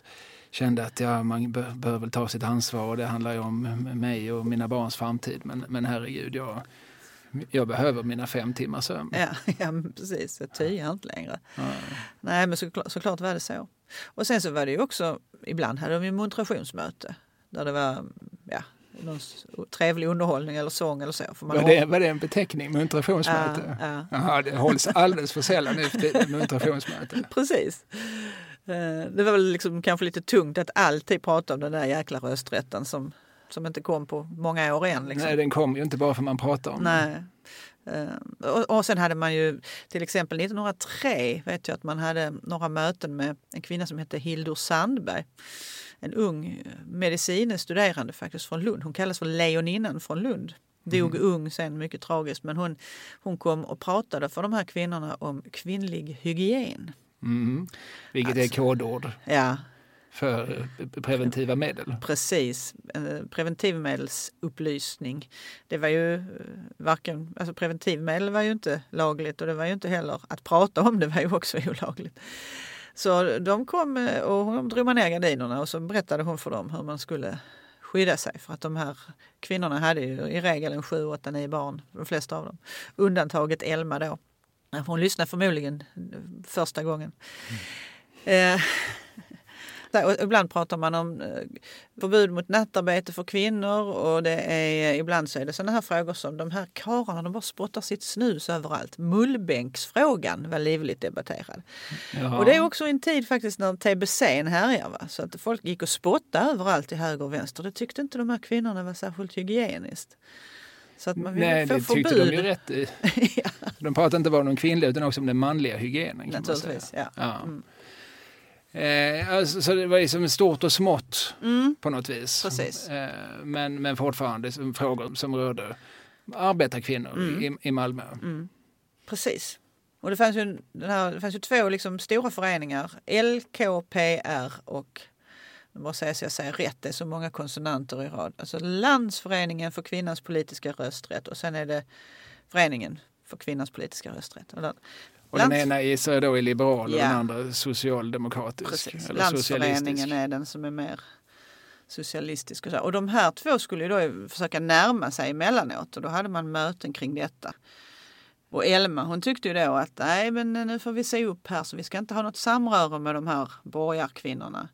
kände att ja, man bör, bör väl ta sitt ansvar och det handlar ju om mig och mina barns framtid. Men, men herregud, jag, jag behöver mina fem timmar sömn. Ja, ja precis. Jag tyar inte längre. Ja. Nej, men såklart, såklart var det så. Och sen så var det ju också, ibland hade de ju motivationsmöte där det var, ja, någon trevlig underhållning eller sång eller så. För man var, det, var det en beteckning, muntrationsmöte? Ja, ja. Jaha, det hålls alldeles för sällan nu för tiden, muntrationsmöte. Precis. Det var väl liksom kanske lite tungt att alltid prata om den där jäkla rösträtten som, som inte kom på många år igen. Liksom. Nej, den kom ju inte bara för man pratar om Nej. Och, och sen hade man ju till exempel nittonhundratre vet jag att man hade några möten med en kvinna som hette Hildur Sandberg. En ung medicine studerande faktiskt från Lund. Hon kallas för Lejoninnan från Lund. Dog mm. ung sen, mycket tragiskt. Men hon, hon kom och pratade för de här kvinnorna om kvinnlig hygien. Mm. Vilket alltså, är kodord ja. för preventiva medel. Precis. Preventivmedelsupplysning. Det var ju varken, alltså preventivmedel var ju inte lagligt och det var ju inte heller att prata om det var ju också olagligt. Så de kom och hon drog ner gardinerna och så berättade hon för dem hur man skulle skydda sig. För att de här kvinnorna hade ju i regel en sju, åtta, nio barn, de flesta av dem. Undantaget Elma då. Hon lyssnade förmodligen första gången. Mm. Eh, och ibland pratar man om förbud mot nattarbete för kvinnor och det är, ibland så är det sådana här frågor som de här karlarna, de bara spottar sitt snus överallt. Mullbänksfrågan var livligt debatterad. Ja. Och det är också en tid faktiskt när T B C härjar, va? Så att folk gick och spottade överallt i höger och vänster. Det tyckte inte de här kvinnorna var särskilt hygieniskt. Så att man vill Nej, få det tyckte förbud. de ju rätt i. Ja. De pratade inte bara om de kvinnliga utan också om den manliga hygienen. Kan Naturligtvis, man säga. ja. ja. Mm. Eh, alltså, så det var liksom stort och smått mm. på något vis. Precis. Eh, men, men fortfarande som frågor som rörde arbetarkvinnor mm. i, i Malmö. Mm. Precis. Och det fanns ju, den här, det fanns ju två liksom stora föreningar. L K P R och, nu måste jag säga, jag säger rätt, det är så många konsonanter i rad. Alltså Landsföreningen för kvinnans politiska rösträtt och sen är det Föreningen för kvinnans politiska rösträtt. Och den, och den ena är så då är liberal och ja. den andra socialdemokratisk. Precis. Eller Landsföreningen är den som är mer socialistisk. Och, så. Och de här två skulle ju då försöka närma sig emellanåt och då hade man möten kring detta. Och Elma, hon tyckte ju då att nej, men nu får vi se upp här så vi ska inte ha något samröre med de här borgarkvinnorna.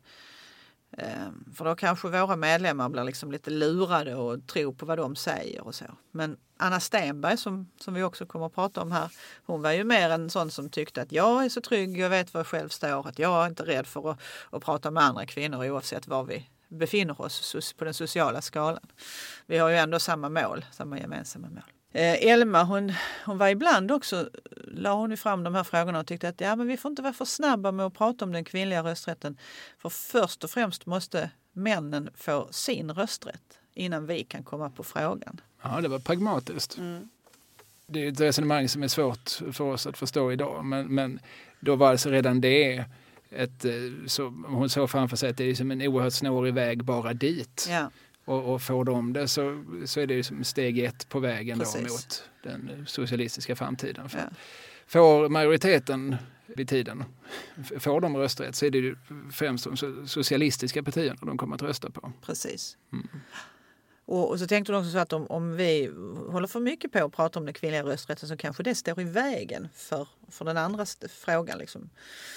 Ehm, för då kanske våra medlemmar blir liksom lite lurade och tror på vad de säger och så. Men Anna Stenberg som, som vi också kommer att prata om här, hon var ju mer en sån som tyckte att jag är så trygg, jag vet var jag själv står, att jag är inte rädd för att, att prata med andra kvinnor oavsett var vi befinner oss på den sociala skalan. Vi har ju ändå samma mål, samma gemensamma mål. Eh, Elma, hon, hon var ibland också, la hon ju fram de här frågorna och tyckte att ja, men vi får inte vara för snabba med att prata om den kvinnliga rösträtten. För först och främst måste männen få sin rösträtt innan vi kan komma på frågan. Ja, det var pragmatiskt. Mm. Det är ett resonemang som är svårt för oss att förstå idag. Men, men då var alltså redan det ett, så hon såg framför sig att det är som en oerhört snårig väg bara dit. Ja. Och, och får de det så, så är det som steg ett på vägen då Precis. mot den socialistiska framtiden. För Ja. får majoriteten vid tiden, får de rösträtt så är det ju främst de socialistiska partierna de kommer att rösta på. Precis. Mm. Och, och så tänkte hon också så att om, om vi håller för mycket på att prata om den kvinnliga rösträtten så kanske det står i vägen för, för den andra frågan. Liksom.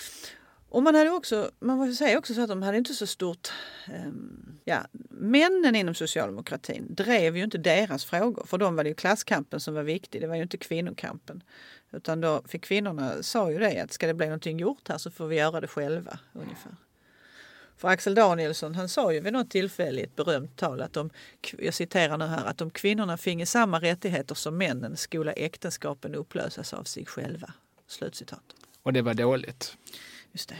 Och man hade också, man måste säga också så att de hade inte så stort, um, ja, männen inom socialdemokratin drev ju inte deras frågor. För dem var det ju klasskampen som var viktig, det var ju inte kvinnokampen. Utan då fick kvinnorna, sa ju det, att ska det bli någonting gjort här så får vi göra det själva ungefär. För Axel Danielsson, han sa ju vid något tillfälle i ett berömt tal att om, jag citerar nu här, att om kvinnorna finge samma rättigheter som männen skulle äktenskapen upplösas av sig själva. Slutcitat. Och det var dåligt. Just det.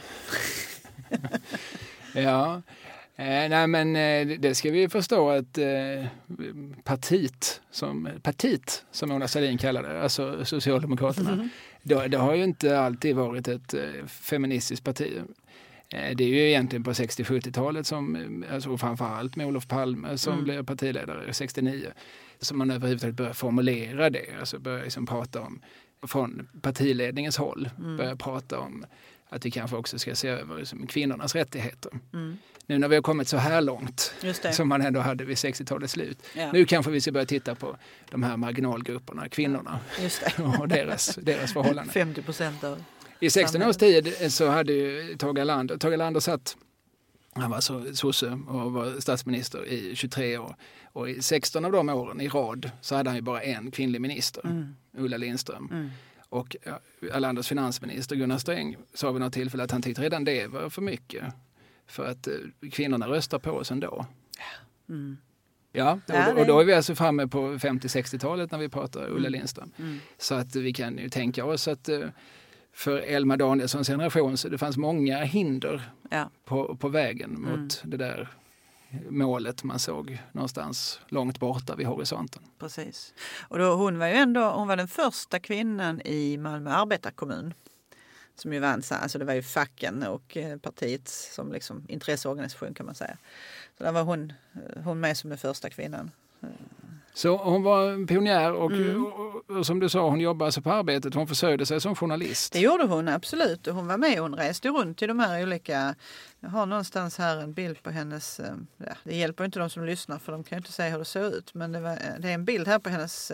Ja, eh, nej men eh, det ska vi förstå att eh, partiet, som, partiet som Mona Sahlin kallar det, alltså Socialdemokraterna, mm. det, det har ju inte alltid varit ett eh, feministiskt parti. Eh, det är ju egentligen på sextio-sjuttiotalet som, alltså framförallt med Olof Palme som mm. blev partiledare sextionio, som man överhuvudtaget börjar formulera det, alltså börjar liksom prata om, från partiledningens håll, mm. börjar prata om att vi kanske också ska se över liksom, kvinnornas rättigheter. Mm. Nu när vi har kommit så här långt Just det. som man ändå hade vid sextiotalets slut. Ja. Nu kanske vi ska börja titta på de här marginalgrupperna, kvinnorna Just det. och deras, deras förhållanden. femtio procent av I sexton års tid så hade ju Tage Erlander, Tage Erlander satt, han var så sosse och var statsminister i tjugotre år. Och i sexton av de åren i rad så hade han ju bara en kvinnlig minister, mm. Ulla Lindström. Mm. Och Erlanders finansminister Gunnar Sträng sa vid något tillfälle att han tyckte redan det var för mycket. För att kvinnorna röstar på oss ändå. Mm. Ja, och, ja och då är vi alltså framme på femtio-sextiotalet när vi pratar Ulla mm. Lindström. Mm. Så att vi kan ju tänka oss att för Elma Danielssons generation så det fanns många hinder ja. på, på vägen mot mm. det där målet man såg någonstans långt borta vid horisonten. Precis. Och då, hon var ju ändå hon var den första kvinnan i Malmö arbetarkommun som ju vann, alltså det var ju facken och partiet som liksom intresseorganisation kan man säga. Så där var hon, hon med som den första kvinnan. Så hon var en pionjär och, mm. och, och, och som du sa, hon jobbade alltså på arbetet. Hon försörjde sig som journalist. Det gjorde hon absolut. Och hon var med. Hon reste runt till de här olika... Jag har någonstans här en bild på hennes... Ja, det hjälper inte de som lyssnar för de kan inte säga hur det ser ut. Men det, var, det är en bild här på hennes,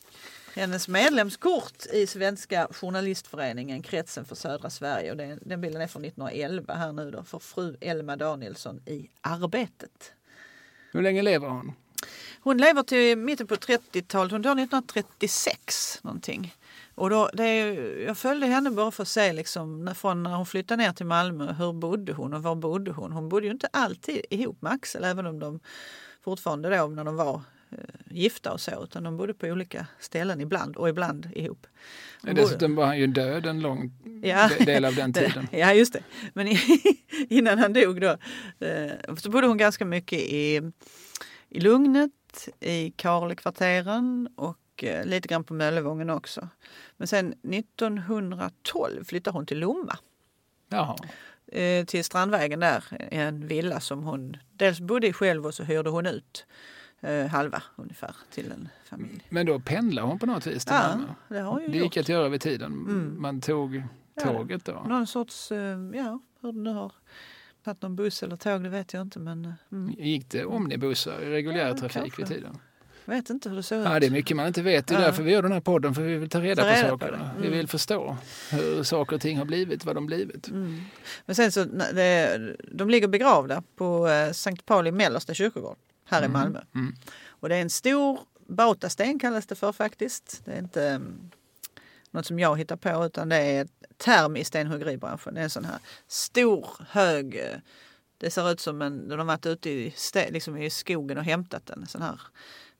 hennes medlemskort i Svenska journalistföreningen, Kretsen för södra Sverige. Och det, den bilden är från nittonhundraelva här nu då. För fru Elma Danielsson i Arbetet. Hur länge lever hon? Hon lever till mitten på trettiotalet. Hon dör nittonhundratrettiosex någonting. Och då, det är, jag följde henne bara för att se liksom, från när hon flyttade ner till Malmö, hur bodde hon och var bodde hon? Hon bodde ju inte alltid ihop med Axel, även om de fortfarande då när de var eh, gifta och så, utan de bodde på olika ställen ibland och ibland ihop. Hon dessutom bodde... var han ju död en lång ja. del av den tiden. Ja, just det. Men innan han dog då eh, så bodde hon ganska mycket i, i Lugnet, i Karlekvarteren och eh, lite grann på Möllevången också. Men sen nittonhundratolv flyttade hon till Lomma. Jaha. Eh, till Strandvägen där, en villa som hon dels bodde i själv och så hyrde hon ut eh, halva ungefär till en familj. Men då pendlar hon på något vis till ja, Malmö? Det har ju det gick gjort. Att göra vid tiden. Mm. Man tåg tåget då? Ja, någon sorts, eh, ja, hur det nu har tagit någon buss eller tåg, det vet jag inte. Men, mm. Gick det omnibussar i reguljär ja, trafik kanske. vid tiden? Jag vet inte hur det såg ut. Ja, det är mycket man inte vet. Det är ja. därför vi gör den här podden, för vi vill ta reda, ta reda på saker. På mm. Vi vill förstå hur saker och ting har blivit, vad de blivit. Mm. Men sen så, det, de ligger begravda på Sankt Pauli Mellersta kyrkogård här mm. i Malmö. Mm. Och det är en stor bautasten kallas det för faktiskt. Det är inte um, något som jag hittar på, utan det är ett term i stenhuggeribranschen. Det är en sån här stor, hög... Det ser ut som en, de har varit ute i, liksom i skogen och hämtat den. Sån här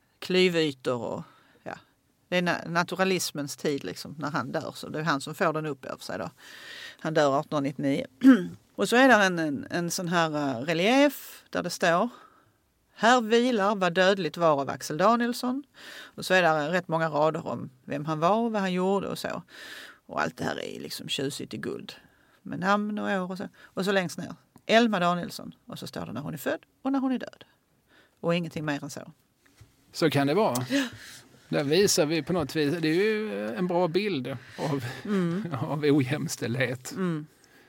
klyvytor och ja. Det är naturalismens tid liksom när han dör. Så det är han som får den upp över sig då. Han dör arton nittionio. Och så är det en, en, en sån här relief där det står: här vilar vad dödligt var av Axel Danielsson. Och så är det rätt många rader om vem han var och vad han gjorde och så. Och allt det här är liksom tjusigt i guld. Med namn och år och så. Och så längst ner: Elma Danielsson. Och så står det när hon är född och när hon är död. Och ingenting mer än så. Så kan det vara. Där visar vi på något vis, det är ju en bra bild av, mm. av ojämställdhet. Mm.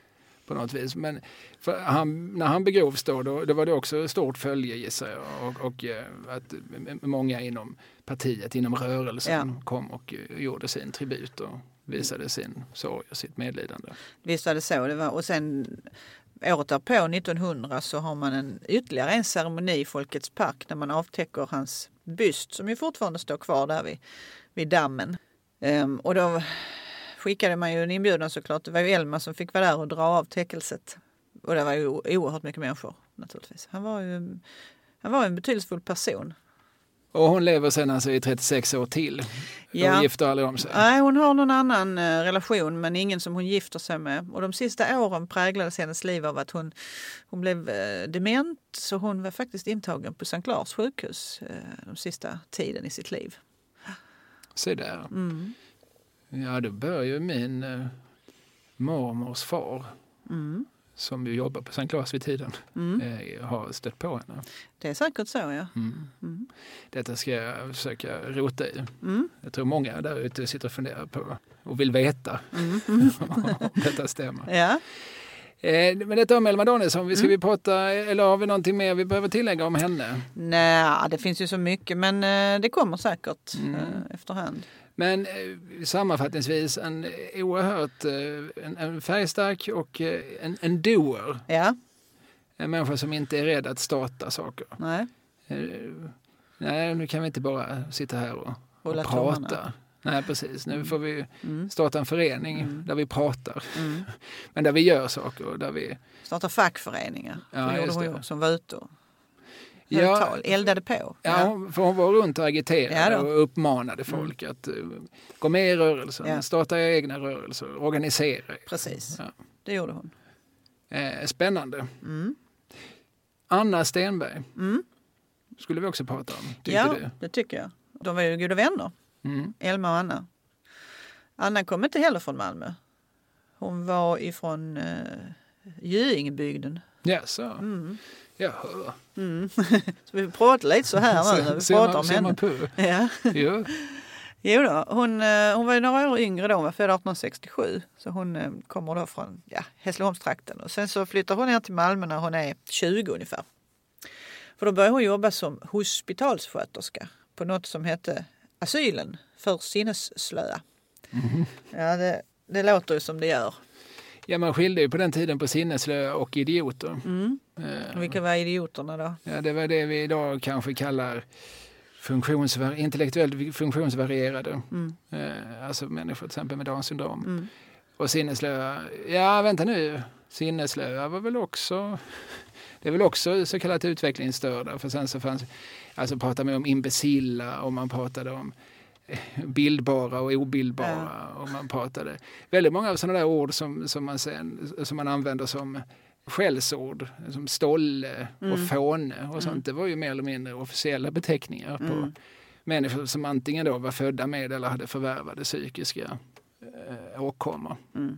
På något vis. Men för han, när han begrovs då, då, då var det också stort följe gissar jag. Och, och att många inom partiet, inom rörelsen ja. kom och gjorde sin tribut och visade sin sorg och sitt medlidande. Visst var det så. Det var, och sen året därpå, nittonhundra, så har man en, ytterligare en ceremoni i Folkets park när man avtäcker hans byst som ju fortfarande står kvar där vid, vid dammen. Um, och då skickade man ju en inbjudan såklart. Det var ju Elma som fick vara där och dra av täckelset. Och det var ju oerhört mycket människor naturligtvis. Han var ju han var en betydelsefull person. Och hon lever sedan alltså i trettiosex år till. Ja. Hon gifter aldrig om sig. Nej, hon har någon annan eh, relation, men ingen som hon gifter sig med. Och de sista åren präglades hennes liv av att hon, hon blev eh, dement. Så hon var faktiskt intagen på Sankt Lars sjukhus eh, de sista tiden i sitt liv. Se där. Mm. Ja, då börjar ju min eh, mormors far. Mm. som ju jobbar på Sankt Claes vid tiden Mm. eh, har stött på henne. Det är säkert så, ja. Mm. Mm. Detta ska jag försöka rota i. Mm. Jag tror många där ute sitter och funderar på och vill veta Mm. Mm. om detta stämmer. Ja. Eh, men detta om Elma Danielsson, vi ska Mm. vi prata, eller har vi någonting mer vi behöver tillägga om henne? Nej, det finns ju så mycket, men eh, det kommer säkert Mm. eh, efterhand. Men eh, sammanfattningsvis en oerhört eh, en, en färgstark och eh, en, en doer. Ja, En människa som inte är rädd att starta saker. nej. Eh, nej, nu kan vi inte bara sitta här och, Hålla och prata. tummarna. Nej, precis. Nu får vi Mm. starta en förening Mm. där vi pratar. Mm. Men där vi gör saker och där vi... Starta fackföreningar. Ja, Det gjorde just hon det. ju också. Hon var ute och höll Ja, tal, eldade på. Ja, för hon var runt och agiterade Ja då. och uppmanade folk att uh, gå med i rörelsen, Ja. starta egna rörelser, organisera. Precis, Ja. det gjorde hon. Eh, spännande. Mm. Anna Stenberg Mm. skulle vi också prata om, tyckte Ja, du? det tycker jag. De var ju goda vänner, Mm. Elma och Anna. Anna kom inte heller från Malmö. Hon var ifrån uh, Göingebygden. Ja, så. Mm. Jag hör. Mm. Så vi pratar lite så här nu när vi Ser pratar man, om ser henne. man på. Ja. Jo. Jo då, hon, eh, hon var ju några år yngre då, hon var född arton sextiosju. Så hon eh, kommer då från ja, Hässleholmstrakten. Och sen så flyttar hon ner till Malmö när hon är tjugo ungefär. För då började hon jobba som hospitalssköterska på något som hette Asylen för sinnesslöa. Mm. Ja, det, det låter ju som det gör. Ja, man skilde ju på den tiden på sinneslöa och idioter. Mm. Eh, Och vilka var idioterna då? ja, det var det vi idag kanske kallar funktionsvar- intellektuellt funktionsvarierade. Mm. Eh, alltså människor till exempel med Downs syndrom. Mm. Och sinneslöa, ja vänta nu, sinneslöa var väl också, det är väl också så kallat utvecklingsstörda. För sen så fanns, alltså pratar man om imbecilla och man pratade om bildbara och obildbara. Ja. Och man pratade väldigt många av sådana där ord som, som, man, sen, som man använder som skällsord, som stolle och mm. fåne och sånt. Mm. Det var ju mer eller mindre officiella beteckningar på mm. människor som antingen då var födda med eller hade förvärvade psykiska äh, åkommor. Mm.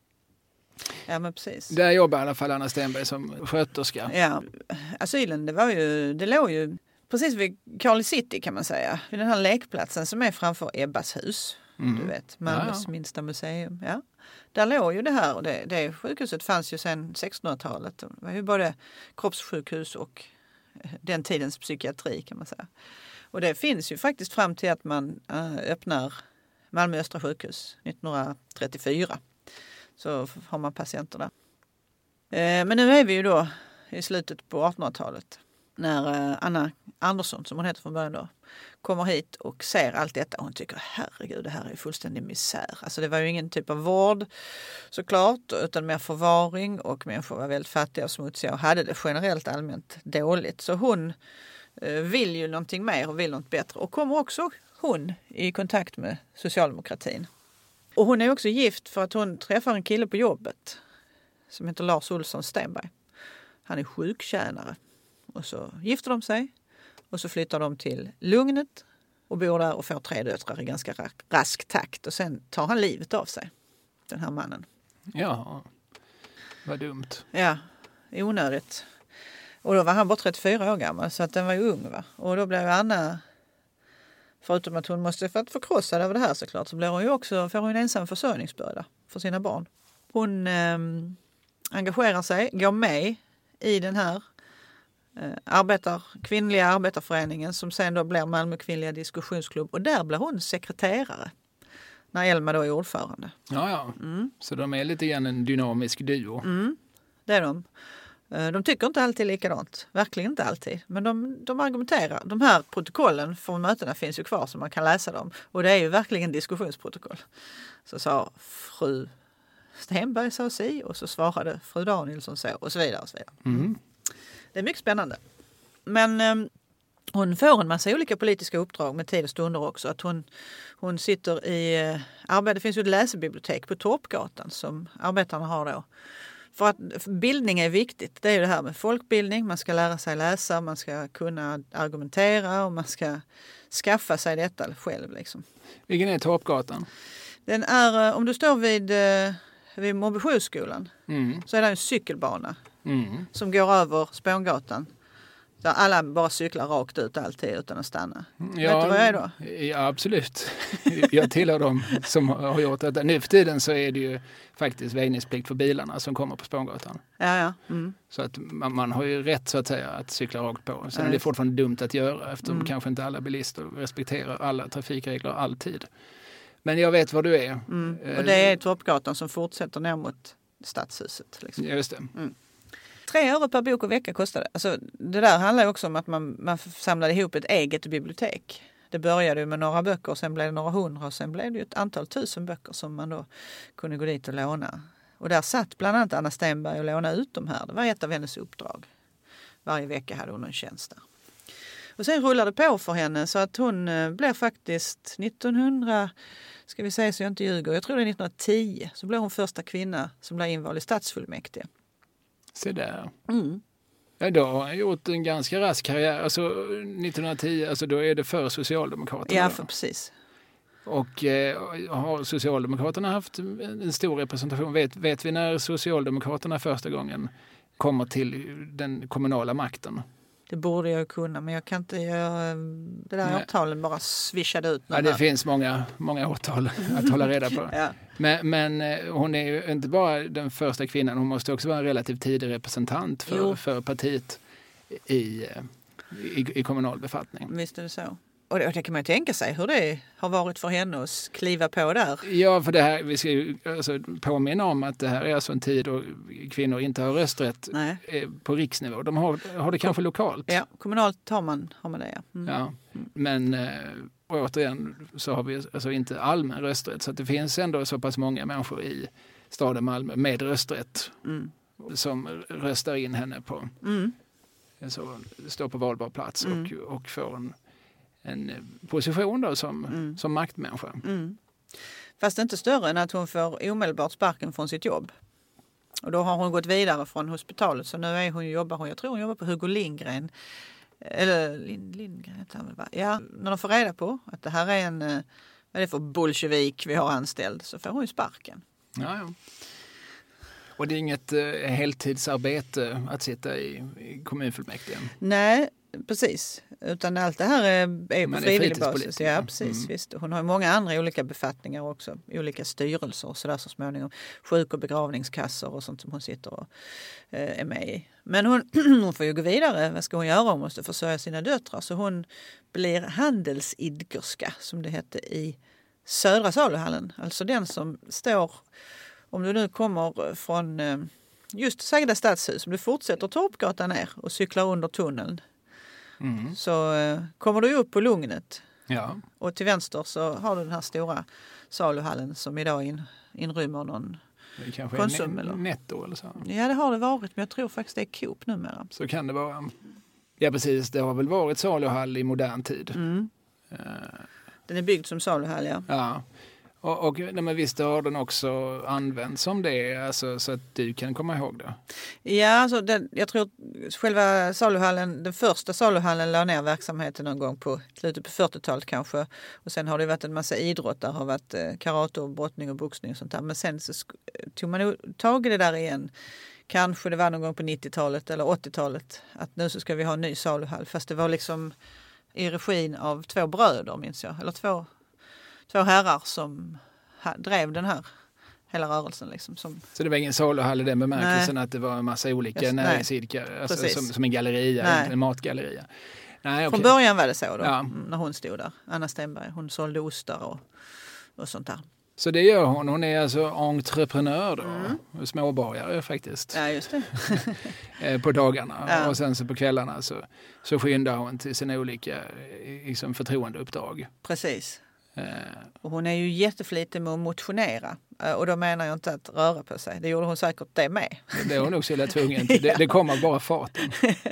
Ja, men precis. Där jobbar i alla fall Anna Stenberg som sköterska. Ja, Asylen, det var ju, det låg ju precis vid Carly City kan man säga. Vid den här lekplatsen som är framför Ebbas hus. Mm. Du vet, Malmös ja. minsta museum. Ja. Där låg ju det här och det, det sjukhuset fanns ju sedan sextonhundratalet. Det var ju både kroppssjukhus och den tidens psykiatri kan man säga. Och det finns ju faktiskt fram till att man äh, öppnar Malmö Östra sjukhus nittonhundratrettiofyra. Så har man patienter där. Eh, men nu är vi ju då i slutet på artonhundratalet. När eh, Anna Andersson, som hon heter från början då, kommer hit och ser allt detta. Och hon tycker, herregud, det här är fullständig misär. Alltså det var ju ingen typ av vård såklart, utan mer förvaring. Och människor var väldigt fattiga och smutsiga och hade det generellt allmänt dåligt. Så hon eh, vill ju någonting mer och vill något bättre. Och kommer också hon i kontakt med socialdemokratin. Och hon är också gift för att hon träffar en kille på jobbet som heter Lars Olsson Stenberg. Han är sjuktjänare. Och så gifter de sig och så flyttar de till Lugnet och bor där och får tre döttrar i ganska rask takt. Och sen tar han livet av sig, den här mannen. Ja, vad dumt. Ja, onödigt. Och då var han bara trettiofyra år gammal så att den var ju ung va. Och då blev Anna, förutom att hon måste för att förkrossad över det här såklart, så blir hon ju också, får hon en ensam försörjningsbörda för sina barn. Hon eh, engagerar sig, går med i den här eh, arbetar, kvinnliga arbetarföreningen som sen då blir Malmö kvinnliga diskussionsklubb. Och där blir hon sekreterare när Elma då är ordförande. Ja, ja. Mm. Så de är lite grann en dynamisk duo. Mm, det är de. De tycker inte alltid likadant. Verkligen inte alltid. Men de, de argumenterar. De här protokollen från mötena finns ju kvar så man kan läsa dem. Och det är ju verkligen diskussionsprotokoll. Så sa fru Stenberg sa si och så svarade fru Danielsson så och så vidare. Och så vidare. Mm. Det är mycket spännande. Men eh, hon får en massa olika politiska uppdrag med tid och stunder också. Att hon, hon sitter i eh, arbete. Det finns ju ett läsebibliotek på Torpgatan som arbetarna har då. För att bildning är viktigt. Det är ju det här med folkbildning. Man ska lära sig läsa, man ska kunna argumentera och man ska skaffa sig detta själv. Liksom. Vilken är Torpgatan? Den är, om du står vid vid Mobbesjöskolan Mm. så är det en cykelbana Mm. som går över Spångatan. Där alla bara cyklar rakt ut alltid utan att stanna. Ja, Vet du vad jag är då? Ja, absolut. Jag tillhör dem som har gjort det. Nu för tiden så är det ju faktiskt väjningsplikt för bilarna som kommer på Spånggatan. Ja, ja. Mm. Så att man, man har ju rätt så att säga att cykla rakt på. Sen Ja, är det fortfarande dumt att göra eftersom Mm. kanske inte alla bilister respekterar alla trafikregler alltid. Men jag vet vad du är. Mm. Eh, Och det är Torpgatan som fortsätter ner mot Stadshuset. Liksom. Just det. Tre öre per bok och vecka kostar det. Alltså, det där handlar ju också om att man, man samlade ihop ett eget bibliotek. Det började ju med några böcker, sen blev det några hundra och sen blev det ju ett antal tusen böcker som man då kunde gå dit och låna. Och där satt bland annat Anna Stenberg och lånade ut de här. Det var ett av hennes uppdrag. Varje vecka hade hon en tjänst där. Och sen rullade det på för henne så att hon eh, blev faktiskt nittonhundra, ska vi säga så jag inte ljuger, jag tror det är nittonhundratio, så blev hon första kvinna som blev invald i stadsfullmäktige. Se där. Mm. Ja, då har jag gjort en ganska rask karriär. Alltså nittonhundratio, alltså då är det för Socialdemokraterna. Ja, då. för precis. Och eh, har Socialdemokraterna haft en stor representation? Vet, vet vi när Socialdemokraterna första gången kommer till den kommunala makten? Det borde jag kunna, men jag kan inte göra det där Nej. årtalen bara swishade ut. Ja, det finns många, många årtal att hålla reda på. Ja. Men, men eh, hon är ju inte bara den första kvinnan, hon måste också vara en relativt tidig representant för, Jo. för partiet i, eh, i, i kommunal befattning. Visst är det så. Och det, och det kan man ju tänka sig hur det har varit för henne att kliva på där. Ja, för det här, vi ska ju alltså påminna om att det här är alltså en tid då kvinnor inte har rösträtt Nej. eh, på riksnivå. De har, har det kanske lokalt. Ja, kommunalt har man, har man det, ja. Mm. Ja. Men eh, återigen så har vi alltså inte allmän rösträtt. Så att det finns ändå så pass många människor i staden Malmö med rösträtt Mm. som röstar in henne på, Mm. så står på valbar plats Mm. och, och får en, en position då som, Mm. som maktmänniska. Mm. Fast inte större än att hon får omedelbart sparken från sitt jobb. Och då har hon gått vidare från hospitalet. Så nu är hon jobbar hon, jag tror hon jobbar på Hugo Lindgren. Eller Lind, Lindgren heter han väl, va? Ja, när de får reda på att det här är en, vad är det för bolsjevik vi har anställd, så får hon ju sparken. Ja, ja. Och det är inget eh, heltidsarbete att sitta i, i kommunfullmäktige. Nej, precis. Utan allt det här är, är på Men är frivillig basis. fritidspolitiker. Ja, precis. Mm. Visst. Hon har ju många andra olika befattningar också. Olika styrelser och sådär så småningom. Sjuk- och begravningskassor och sånt som hon sitter och eh, är med i. Men hon, hon får ju gå vidare. Vad ska hon göra? Hon måste försörja sina döttrar. Så hon blir handelsidgerska, som det hette i Södra saluhallen. Alltså den som står, om du nu kommer från eh, just Sagda stadshus, om du fortsätter Torpgatan ner och cyklar under tunneln, Mm. så eh, kommer du upp på Lugnet Ja. och till vänster så har du den här stora saluhallen som idag in, inrymmer någon. Det kanske Konsum, är eller? ne- netto eller så. Ja, det har det varit, men jag tror faktiskt det är Coop numera. Så kan det vara. Ja, precis. Det har väl varit saluhall i modern tid. Mm. Eh, Den är byggd som saluhall, ja. ja. Och, och nej, men visst har den också använts som det, alltså, så att du kan komma ihåg det. Ja, alltså den, jag tror själva saluhallen, den första saluhallen la ner verksamheten någon gång på slutet på fyrtiotalet kanske. Och sen har det varit en massa idrott, där har varit eh, karate och brottning och boxning och sånt där. Men sen så sk- tog man nog tag i det där igen. Kanske det var någon gång på nittiotalet eller åttiotalet att nu så ska vi ha en ny saluhall. Fast det var liksom i regin av två bröder, minns jag. Eller två, två herrar som ha, drev den här hela rörelsen. Liksom, som, Så det var ingen saluhall i den bemärkelsen att det var en massa olika Just, nej. näringsidkare, alltså, Precis. som, som en galleria, Nej. en matgalleria. Nej, Från okej. början var det så då, Ja. när hon stod där. Anna Stenberg, hon sålde ostar och, och sånt där. Så det gör hon. Hon är alltså entreprenör då, Mm. småborgare faktiskt, Ja, just det. eh, på dagarna. Ja. Och sen så på kvällarna så, så skyndar hon till sina olika eh, liksom, förtroendeuppdrag. Precis. Eh, Och hon är ju jätteflitig med att motionera. Eh, Och då menar jag inte att röra på sig. Det gjorde hon säkert det med. det är hon också hela tvungen till. Det, det kommer bara farten.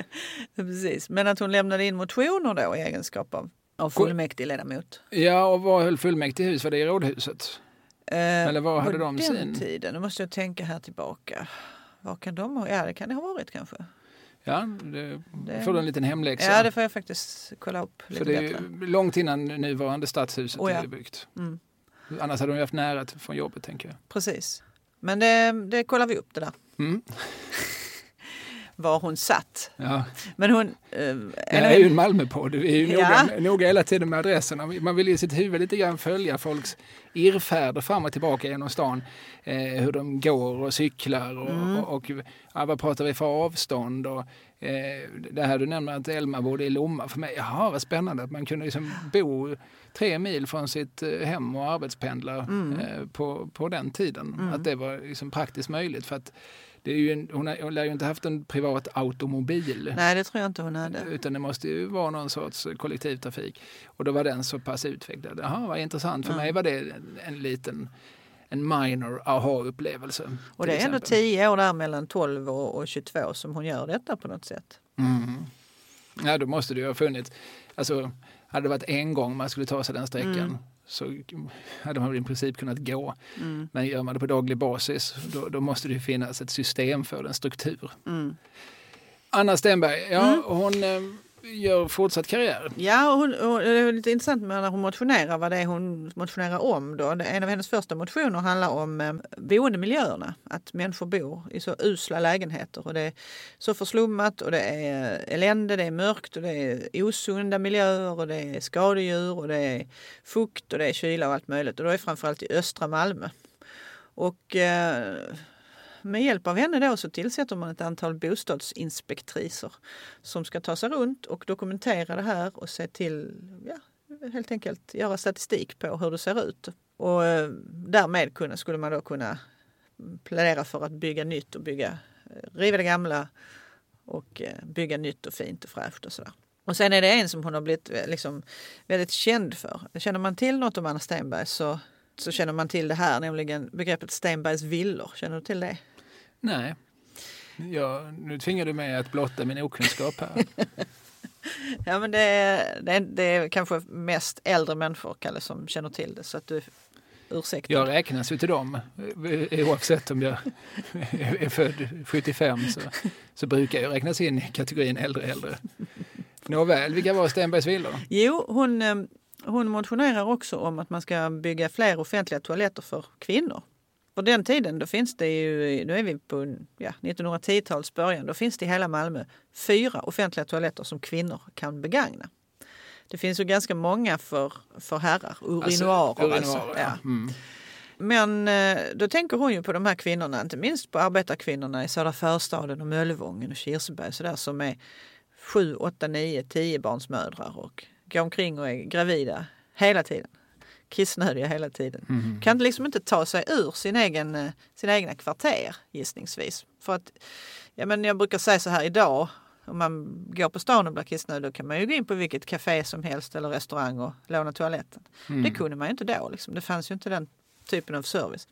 Precis. Men att hon lämnade in motioner då i egenskap av, av fullmäktigeledamot. Ja, och vad höll fullmäktigehus? Var det i rådhuset? Eh, Eller vad hade på de den sin? tiden, nu måste jag tänka här tillbaka. Vad kan de ha? Ja, det kan det ha varit kanske. Ja, det, Det- får du en liten hemläxa. Ja, det får jag faktiskt kolla upp lite För det är bättre. ju långt innan nuvarande stadshuset Oh ja. är byggt. Mm. Annars hade de ju haft nära till- från jobbet, tänker jag. Precis. Men det, det kollar vi upp det där. Mm. Var hon satt. Ja. Men hon... Eh, det här är ju en Malmöpodd. Vi är ju ja. noga, noga hela tiden med adresserna. Man vill i sitt huvud lite grann följa folks irrfärder fram och tillbaka genom stan. Eh, hur de går och cyklar och, mm. och, och ja, vad pratar vi för avstånd. Och, eh, det här du nämner att Elma bodde i Lomma. För mig, jaha vad spännande att man kunde liksom bo tre mil från sitt hem och arbetspendla mm. eh, på, på den tiden. Mm. Att det var liksom praktiskt möjligt för att det är ju en, hon, har, hon lär ju inte haft en privat automobil. Nej, det tror jag inte hon hade. Utan det måste ju vara någon sorts kollektivtrafik. Och då var den så pass utvecklad. Jaha, vad intressant. För mm. mig var det en, en liten, en minor aha-upplevelse. Och det är exempel. Ändå tio år där mellan tolv och, och tjugotvå som hon gör detta på något sätt. Mm. Ja, då måste det ju ha funnits. Alltså, hade det varit en gång man skulle ta sig den sträckan. Mm. Så hade man i princip kunnat gå. Mm. Men gör man det på daglig basis då, då måste det ju finnas ett system för en struktur. Mm. Anna Stenberg, ja, mm. hon eh, gör fortsatt karriär. Ja, och, hon, och det är lite intressant med när hon motionerar vad det är hon motionerar om. Då. En av hennes första motioner handlar om eh, boendemiljöerna. Att människor bor i så usla lägenheter och det är så förslummat och det är elände, det är mörkt och det är osunda miljöer och det är skadedjur och det är fukt och det är kyla och allt möjligt. Och då är framförallt i östra Malmö. Och... Eh, Med hjälp av henne då så tillsätter man ett antal bostadsinspektriser som ska ta sig runt och dokumentera det här och se till, ja, helt enkelt göra statistik på hur det ser ut. Och eh, därmed kunna, skulle man då kunna plädera för att bygga nytt och bygga, riva det gamla och eh, bygga nytt och fint och fräscht och sådär. Och sen är det en som hon har blivit liksom väldigt känd för. Känner man till något om Anna Stenberg så, så känner man till det här, nämligen begreppet Stenbergs villor. Känner du till det? Nej, ja, nu tvingar du mig att blotta min okunskap här. Ja, men det är, det, är, det är kanske mest äldre människor, Kalle, som känner till det, så att du ursäktar. Jag räknas ju till dem, oavsett om jag är född sjuttiofem så, så brukar jag räknas in i kategorin äldre äldre. Nåväl, vilka var Stenbergs villor? Jo, hon, hon motionerar också om att man ska bygga fler offentliga toaletter för kvinnor. På den tiden då finns det ju, nu är vi på ja, nittonhundratio-talets början, då finns det i hela Malmö fyra offentliga toaletter som kvinnor kan begagna. Det finns ju ganska många för, för herrar, urinoarer. Alltså, urinoarer alltså, ja. Mm. Men då tänker hon ju på de här kvinnorna, inte minst på arbetarkvinnorna i Södra Förstaden och Möllevången och Kirseberg så där, som är sju, åtta, nio, tio barnsmödrar och går omkring och är gravida hela tiden. Kissnödiga hela tiden. Mm. Kan liksom inte ta sig ur sin egen, sina egna kvarter gissningsvis. För att, ja, men jag brukar säga så här idag, om man går på stan och blir kissnödig, då kan man ju gå in på vilket café som helst eller restaurang och låna toaletten. Mm. Det kunde man ju inte då. Liksom. Det fanns ju inte den typen av service.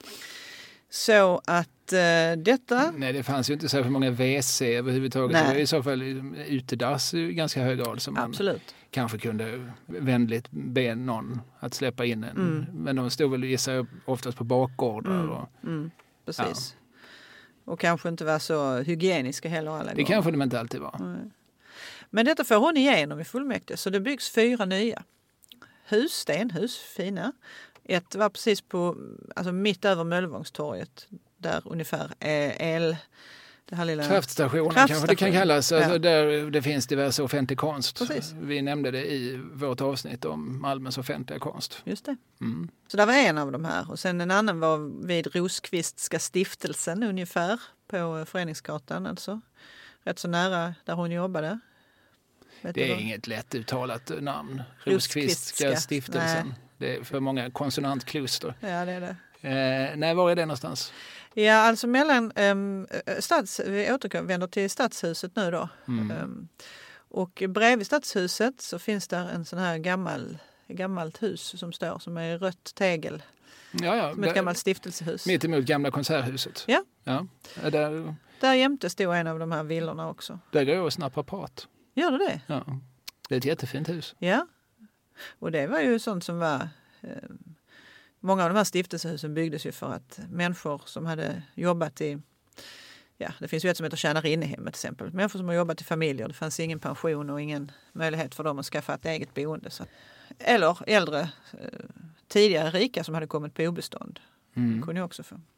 Så att uh, detta... Nej, det fanns ju inte så för många W C överhuvudtaget. Nej. Det var i så fall utedass i ganska hög grad som Absolut. Man kanske kunde vänligt be någon att släppa in en. Mm. Men de stod väl gissar oftast på bakgårdar. Mm. Och, mm. Precis. Ja. Och kanske inte var så hygieniska heller alla gånger. Det kanske de inte alltid var. Mm. Men detta får hon igenom i fullmäktige. Så det byggs fyra nya hus, stenhus, fina. Ett var precis på, alltså mitt över Möllevångstorget, där ungefär el... Det här lilla... Kraftstationen, Kraftstation. Kanske det kan kallas. Alltså ja. Där det finns diverse offentlig konst. Precis. Vi nämnde det i vårt avsnitt om Malmös offentliga konst. Just det. Mm. Så där var en av de här. Och sen en annan var vid Roskvistska stiftelsen ungefär på Föreningsgatan. Alltså. Rätt så nära där hon jobbade. Vet det är inget lätt uttalat namn. Roskvistska stiftelsen. Nej. Det är för många konsonantkluster. Ja, det är det. Eh, nej, var är det någonstans? Ja, alltså mellan um, stads, vi återvänder till stadshuset nu då. Mm. Um, och bredvid stadshuset så finns där en sån här gammal, gammalt hus som står som är rött tegel. Ja, ja. Som ett gammalt stiftelsehus. Mitt emot gamla konserthuset. Ja. ja. Där, där jämte stod en av de här villorna också. Där går jag och snappar prat. Gör du det? Ja. Det är ett jättefint hus. Ja. Och det var ju sånt som var... Eh, många av de här stiftelsehusen byggdes ju för att människor som hade jobbat i... Ja, det finns ju ett som heter tjänarinnehemmet till exempel. Människor som har jobbat i familjer. Det fanns ingen pension och ingen möjlighet för dem att skaffa ett eget boende. Så. Eller äldre, eh, tidigare rika som hade kommit på obestånd. Mm. Det kunde ju också få.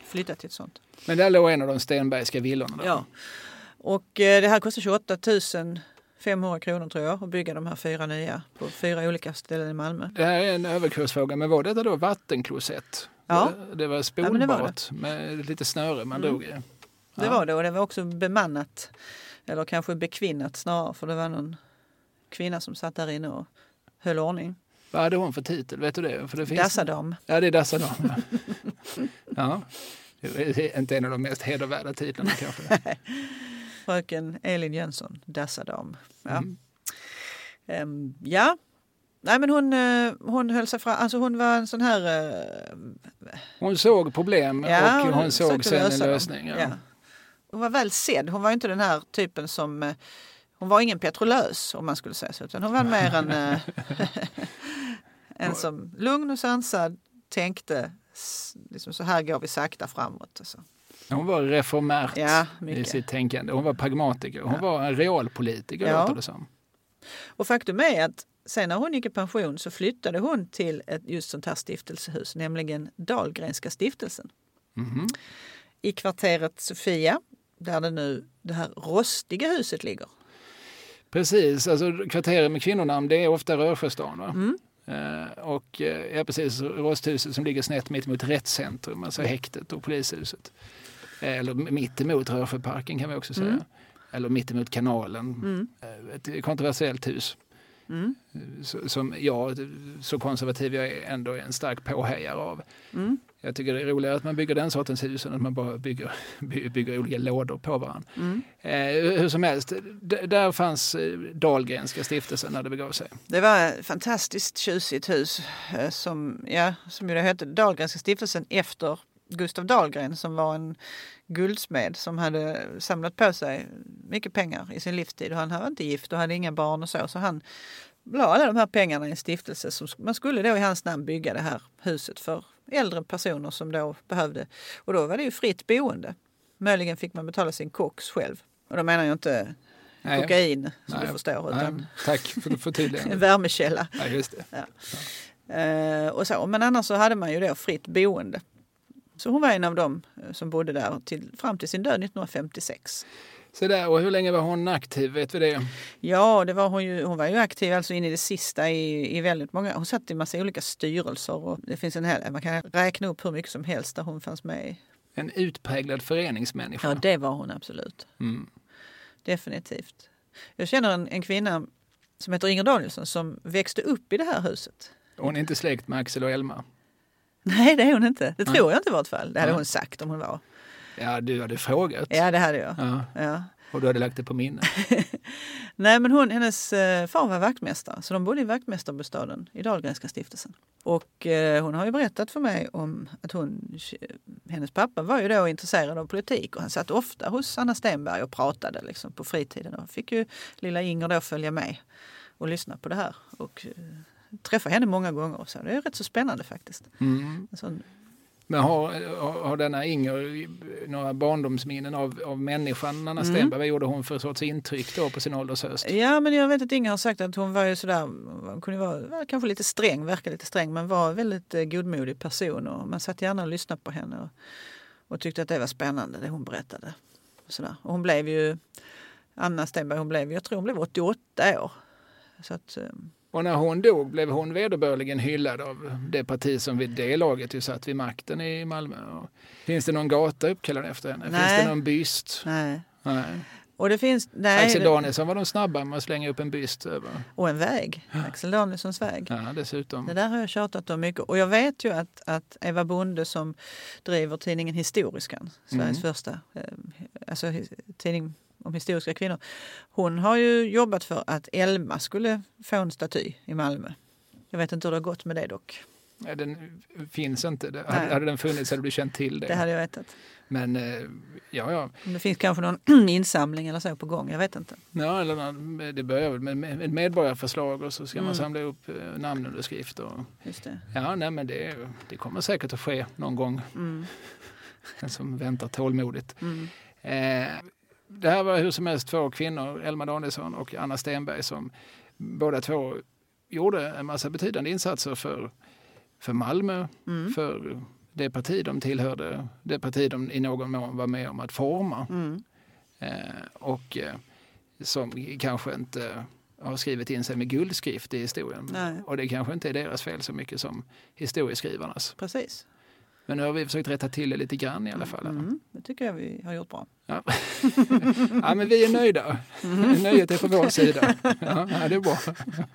flytta till ett sånt. Men där låg en av de Stenbergska villorna. Då. Ja, och eh, det här kostar tjugoåtta tusen femhundra kronor tror jag att bygga de här fyra nya på fyra olika ställen i Malmö. Det här är en överkursfråga, men var detta då vattenklosett? Ja. Det, det var spolbart ja, det var det. med lite snöre man mm. drog i. Ja. Det var det, och det var också bemannat, eller kanske bekvinnat snarare, för det var någon kvinna som satt där inne och höll ordning. Vad hade hon för titel? Vet du det? För det finns... Dassadam. Ja, det är Dassadam. Ja. Ja. Det är inte en av de mest hedervärda titlarna kanske. Fröken Elin Jönsson, Dassadam. Ja. Mm. Um, ja. Nej, men hon, hon höll sig fram. Alltså hon var en sån här... Uh... Hon såg problem ja, och hon såg sen en lösning. Ja. Ja. Hon var väl sedd. Hon var inte den här typen som... Hon var ingen petrolös om man skulle säga så. Utan hon var mer en... en som lugn och sansad tänkte liksom, så här går vi sakta framåt. Alltså. Hon var reformärt ja, i sitt tänkande. Hon var pragmatiker. Hon ja. var en realpolitiker. Ja. Låter det som. Och faktum är att sen när hon gick i pension så flyttade hon till ett just sånt här stiftelsehus, nämligen Dahlgrenska stiftelsen. Mm-hmm. I kvarteret Sofia, där det nu det här rostiga huset ligger. Precis, alltså kvarteret med kvinnonamn, det är ofta Rörsjöstan, va? Mm. Uh, och uh, ja, precis, Rosthuset som ligger snett mitt mot rättscentrum, alltså häktet och polishuset. Eller mitt emot Rörsjöparken kan vi också säga. Mm. Eller mitt emot kanalen. Mm. Uh, ett kontroversiellt hus. Mm. Uh, som jag, så konservativ jag är, ändå är en stark påhejare av. Mm. Jag tycker det är roligare att man bygger den sortens hus än att man bara bygger, bygger olika lådor på varandra. Mm. Eh, hur som helst, d- där fanns Dahlgrenska stiftelsen när det begav sig. Det var ett fantastiskt tjusigt hus eh, som, ja, som ju det hette Dahlgrenska stiftelsen efter Gustav Dahlgren som var en guldsmed som hade samlat på sig mycket pengar i sin livstid. Och han var inte gift och hade inga barn och så. Så han la alla de här pengarna i en stiftelse. Som man skulle då i hans namn bygga det här huset för äldre personer som då behövde. Och då var det ju fritt boende. Möjligen fick man betala sin koks själv. Och då menar jag inte nej, kokain som nej, du förstår. Utan nej, tack för förtydligandet. En värmekälla. Ja, just det. Ja. Ja. Uh, och så. Men annars så hade man ju då fritt boende. Så hon var en av dem som bodde där till, fram till sin död nittonhundrafemtiosex. Så där, och hur länge var hon aktiv, vet vi det? Ja, det var hon, ju, hon var ju aktiv alltså in i det sista i, i väldigt många. Hon satt i en massa olika styrelser och det finns en hel, man kan räkna upp hur mycket som helst där hon fanns med i. En utpräglad föreningsmänniska. Ja, det var hon absolut. Mm. Definitivt. Jag känner en, en kvinna som heter Inger Danielsson som växte upp i det här huset. Hon är inte släkt med Axel och Elma? Nej, det är hon inte. Det tror Nej. jag inte i vart fall. Det hade Nej. hon sagt om hon var. Ja, du hade frågat. Ja, det hade jag. Ja. Ja. Och du hade lagt det på minne. Nej, men hon, hennes eh, far var vaktmästare. Så de bodde i vaktmästarbostaden i Dahlgrenska stiftelsen. Och eh, hon har ju berättat för mig om att hon, hennes pappa var ju då intresserad av politik. Och han satt ofta hos Anna Stenberg och pratade liksom, på fritiden. Och fick ju lilla Inger då följa med och lyssna på det här. Och eh, träffa henne många gånger. Och så. Det är rätt så spännande faktiskt. Mm. Alltså, men har, har denna Inger några barndomsminnen av, av människan Anna Stenberg? Mm. Vad gjorde hon för sorts intryck då på sin ålders höst? Ja, men jag vet att Inger har sagt att hon var ju sådär, hon kunde vara var kanske lite sträng, verka lite sträng, men var en väldigt eh, godmodig person och man satt gärna och lyssnade på henne och, och tyckte att det var spännande det hon berättade. Och, sådär. Och hon blev ju, Anna Stenberg, hon blev, jag tror hon blev åttioåtta år. Så att... Eh, Och när hon dog blev hon vederbörligen hyllad av det parti som vid det laget ju satt vid makten i Malmö. Och finns det någon gata uppkallad efter henne? Nej. Finns det någon byst? Nej. Nej. Och det finns, nej, Axel Danielsson var de snabba med att slänga upp en byst över. Och en väg. Axel Danielssons väg. Ja, dessutom. Det där har jag tjatat om mycket. Och jag vet ju att, att Eva Bonde som driver tidningen Historiskan, Sveriges mm. första eh, alltså, tidning om historiska kvinnor. Hon har ju jobbat för att Elma skulle få en staty i Malmö. Jag vet inte hur det har gått med det dock. Ja, den finns inte. Det, hade, hade den funnits hade du känt till det. Det hade jag vetat. Men ja, ja. Det finns kanske någon insamling eller så på gång, jag vet inte. Ja, eller det börjar väl med, med medborgarförslag och så ska mm. man samla upp namnunderskrifter. Just det. Ja, nej, men det, det kommer säkert att ske någon gång. Mm. Den som väntar tålmodigt. Mm. Eh, Det här var hur som helst två kvinnor, Elma Danielsson och Anna Stenberg, som båda två gjorde en massa betydande insatser för, för Malmö, mm. för det parti de tillhörde, det parti de i någon mån var med om att forma. Mm. Eh, och eh, som kanske inte har skrivit in sig med guldskrift i historien. Nej. Och det kanske inte är deras fel så mycket som historieskrivarnas. Precis. Men nu har vi försökt rätta till det lite grann i alla fall. Mm, det tycker jag vi har gjort bra. Ja, ja men vi är nöjda. Mm. Nöjet är på vår sida. Ja, det är bra.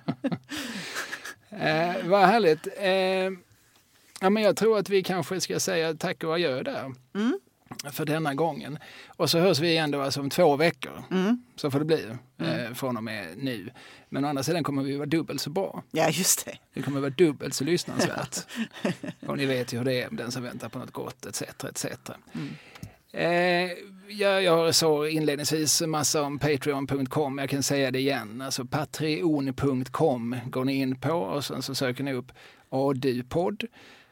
eh, vad härligt. Eh, ja, men jag tror att vi kanske ska säga tack och adjö där. Mm. För denna gången. Och så hörs vi igen då alltså om två veckor. Mm. Så får det bli mm. eh, från och med nu. Men å andra sidan kommer vi vara dubbelt så bra. Ja, just det. Det kommer vara dubbelt så lyssnansvärt. Och ni vet ju hur det är, den som väntar på något gott, et cetera et cetera. Mm. Eh, jag, jag sa inledningsvis massa om patreon punkt com. Jag kan säga det igen. Alltså patreon punkt com går ni in på och sen så söker ni upp A-du-podd.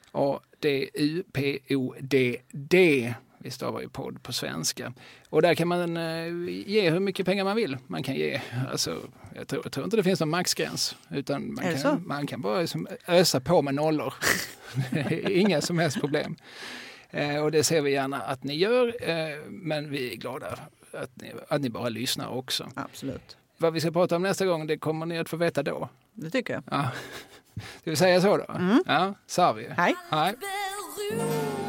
A-D-U-P-O-D-D. Vi stavar ju podd på svenska. Och där kan man eh, ge hur mycket pengar man vill. Man kan ge, alltså, jag tror, jag tror inte det finns någon maxgräns. Utan man, kan, man kan bara liksom ösa på med nollor. Inga som helst problem. Eh, och det ser vi gärna att ni gör. Eh, men vi är glada att ni, att ni bara lyssnar också. Absolut. Vad vi ska prata om nästa gång, det kommer ni att få veta då. Det tycker jag. Ja. Ska vi säga så då? Mm. Ja, sa vi. Hej. Hej.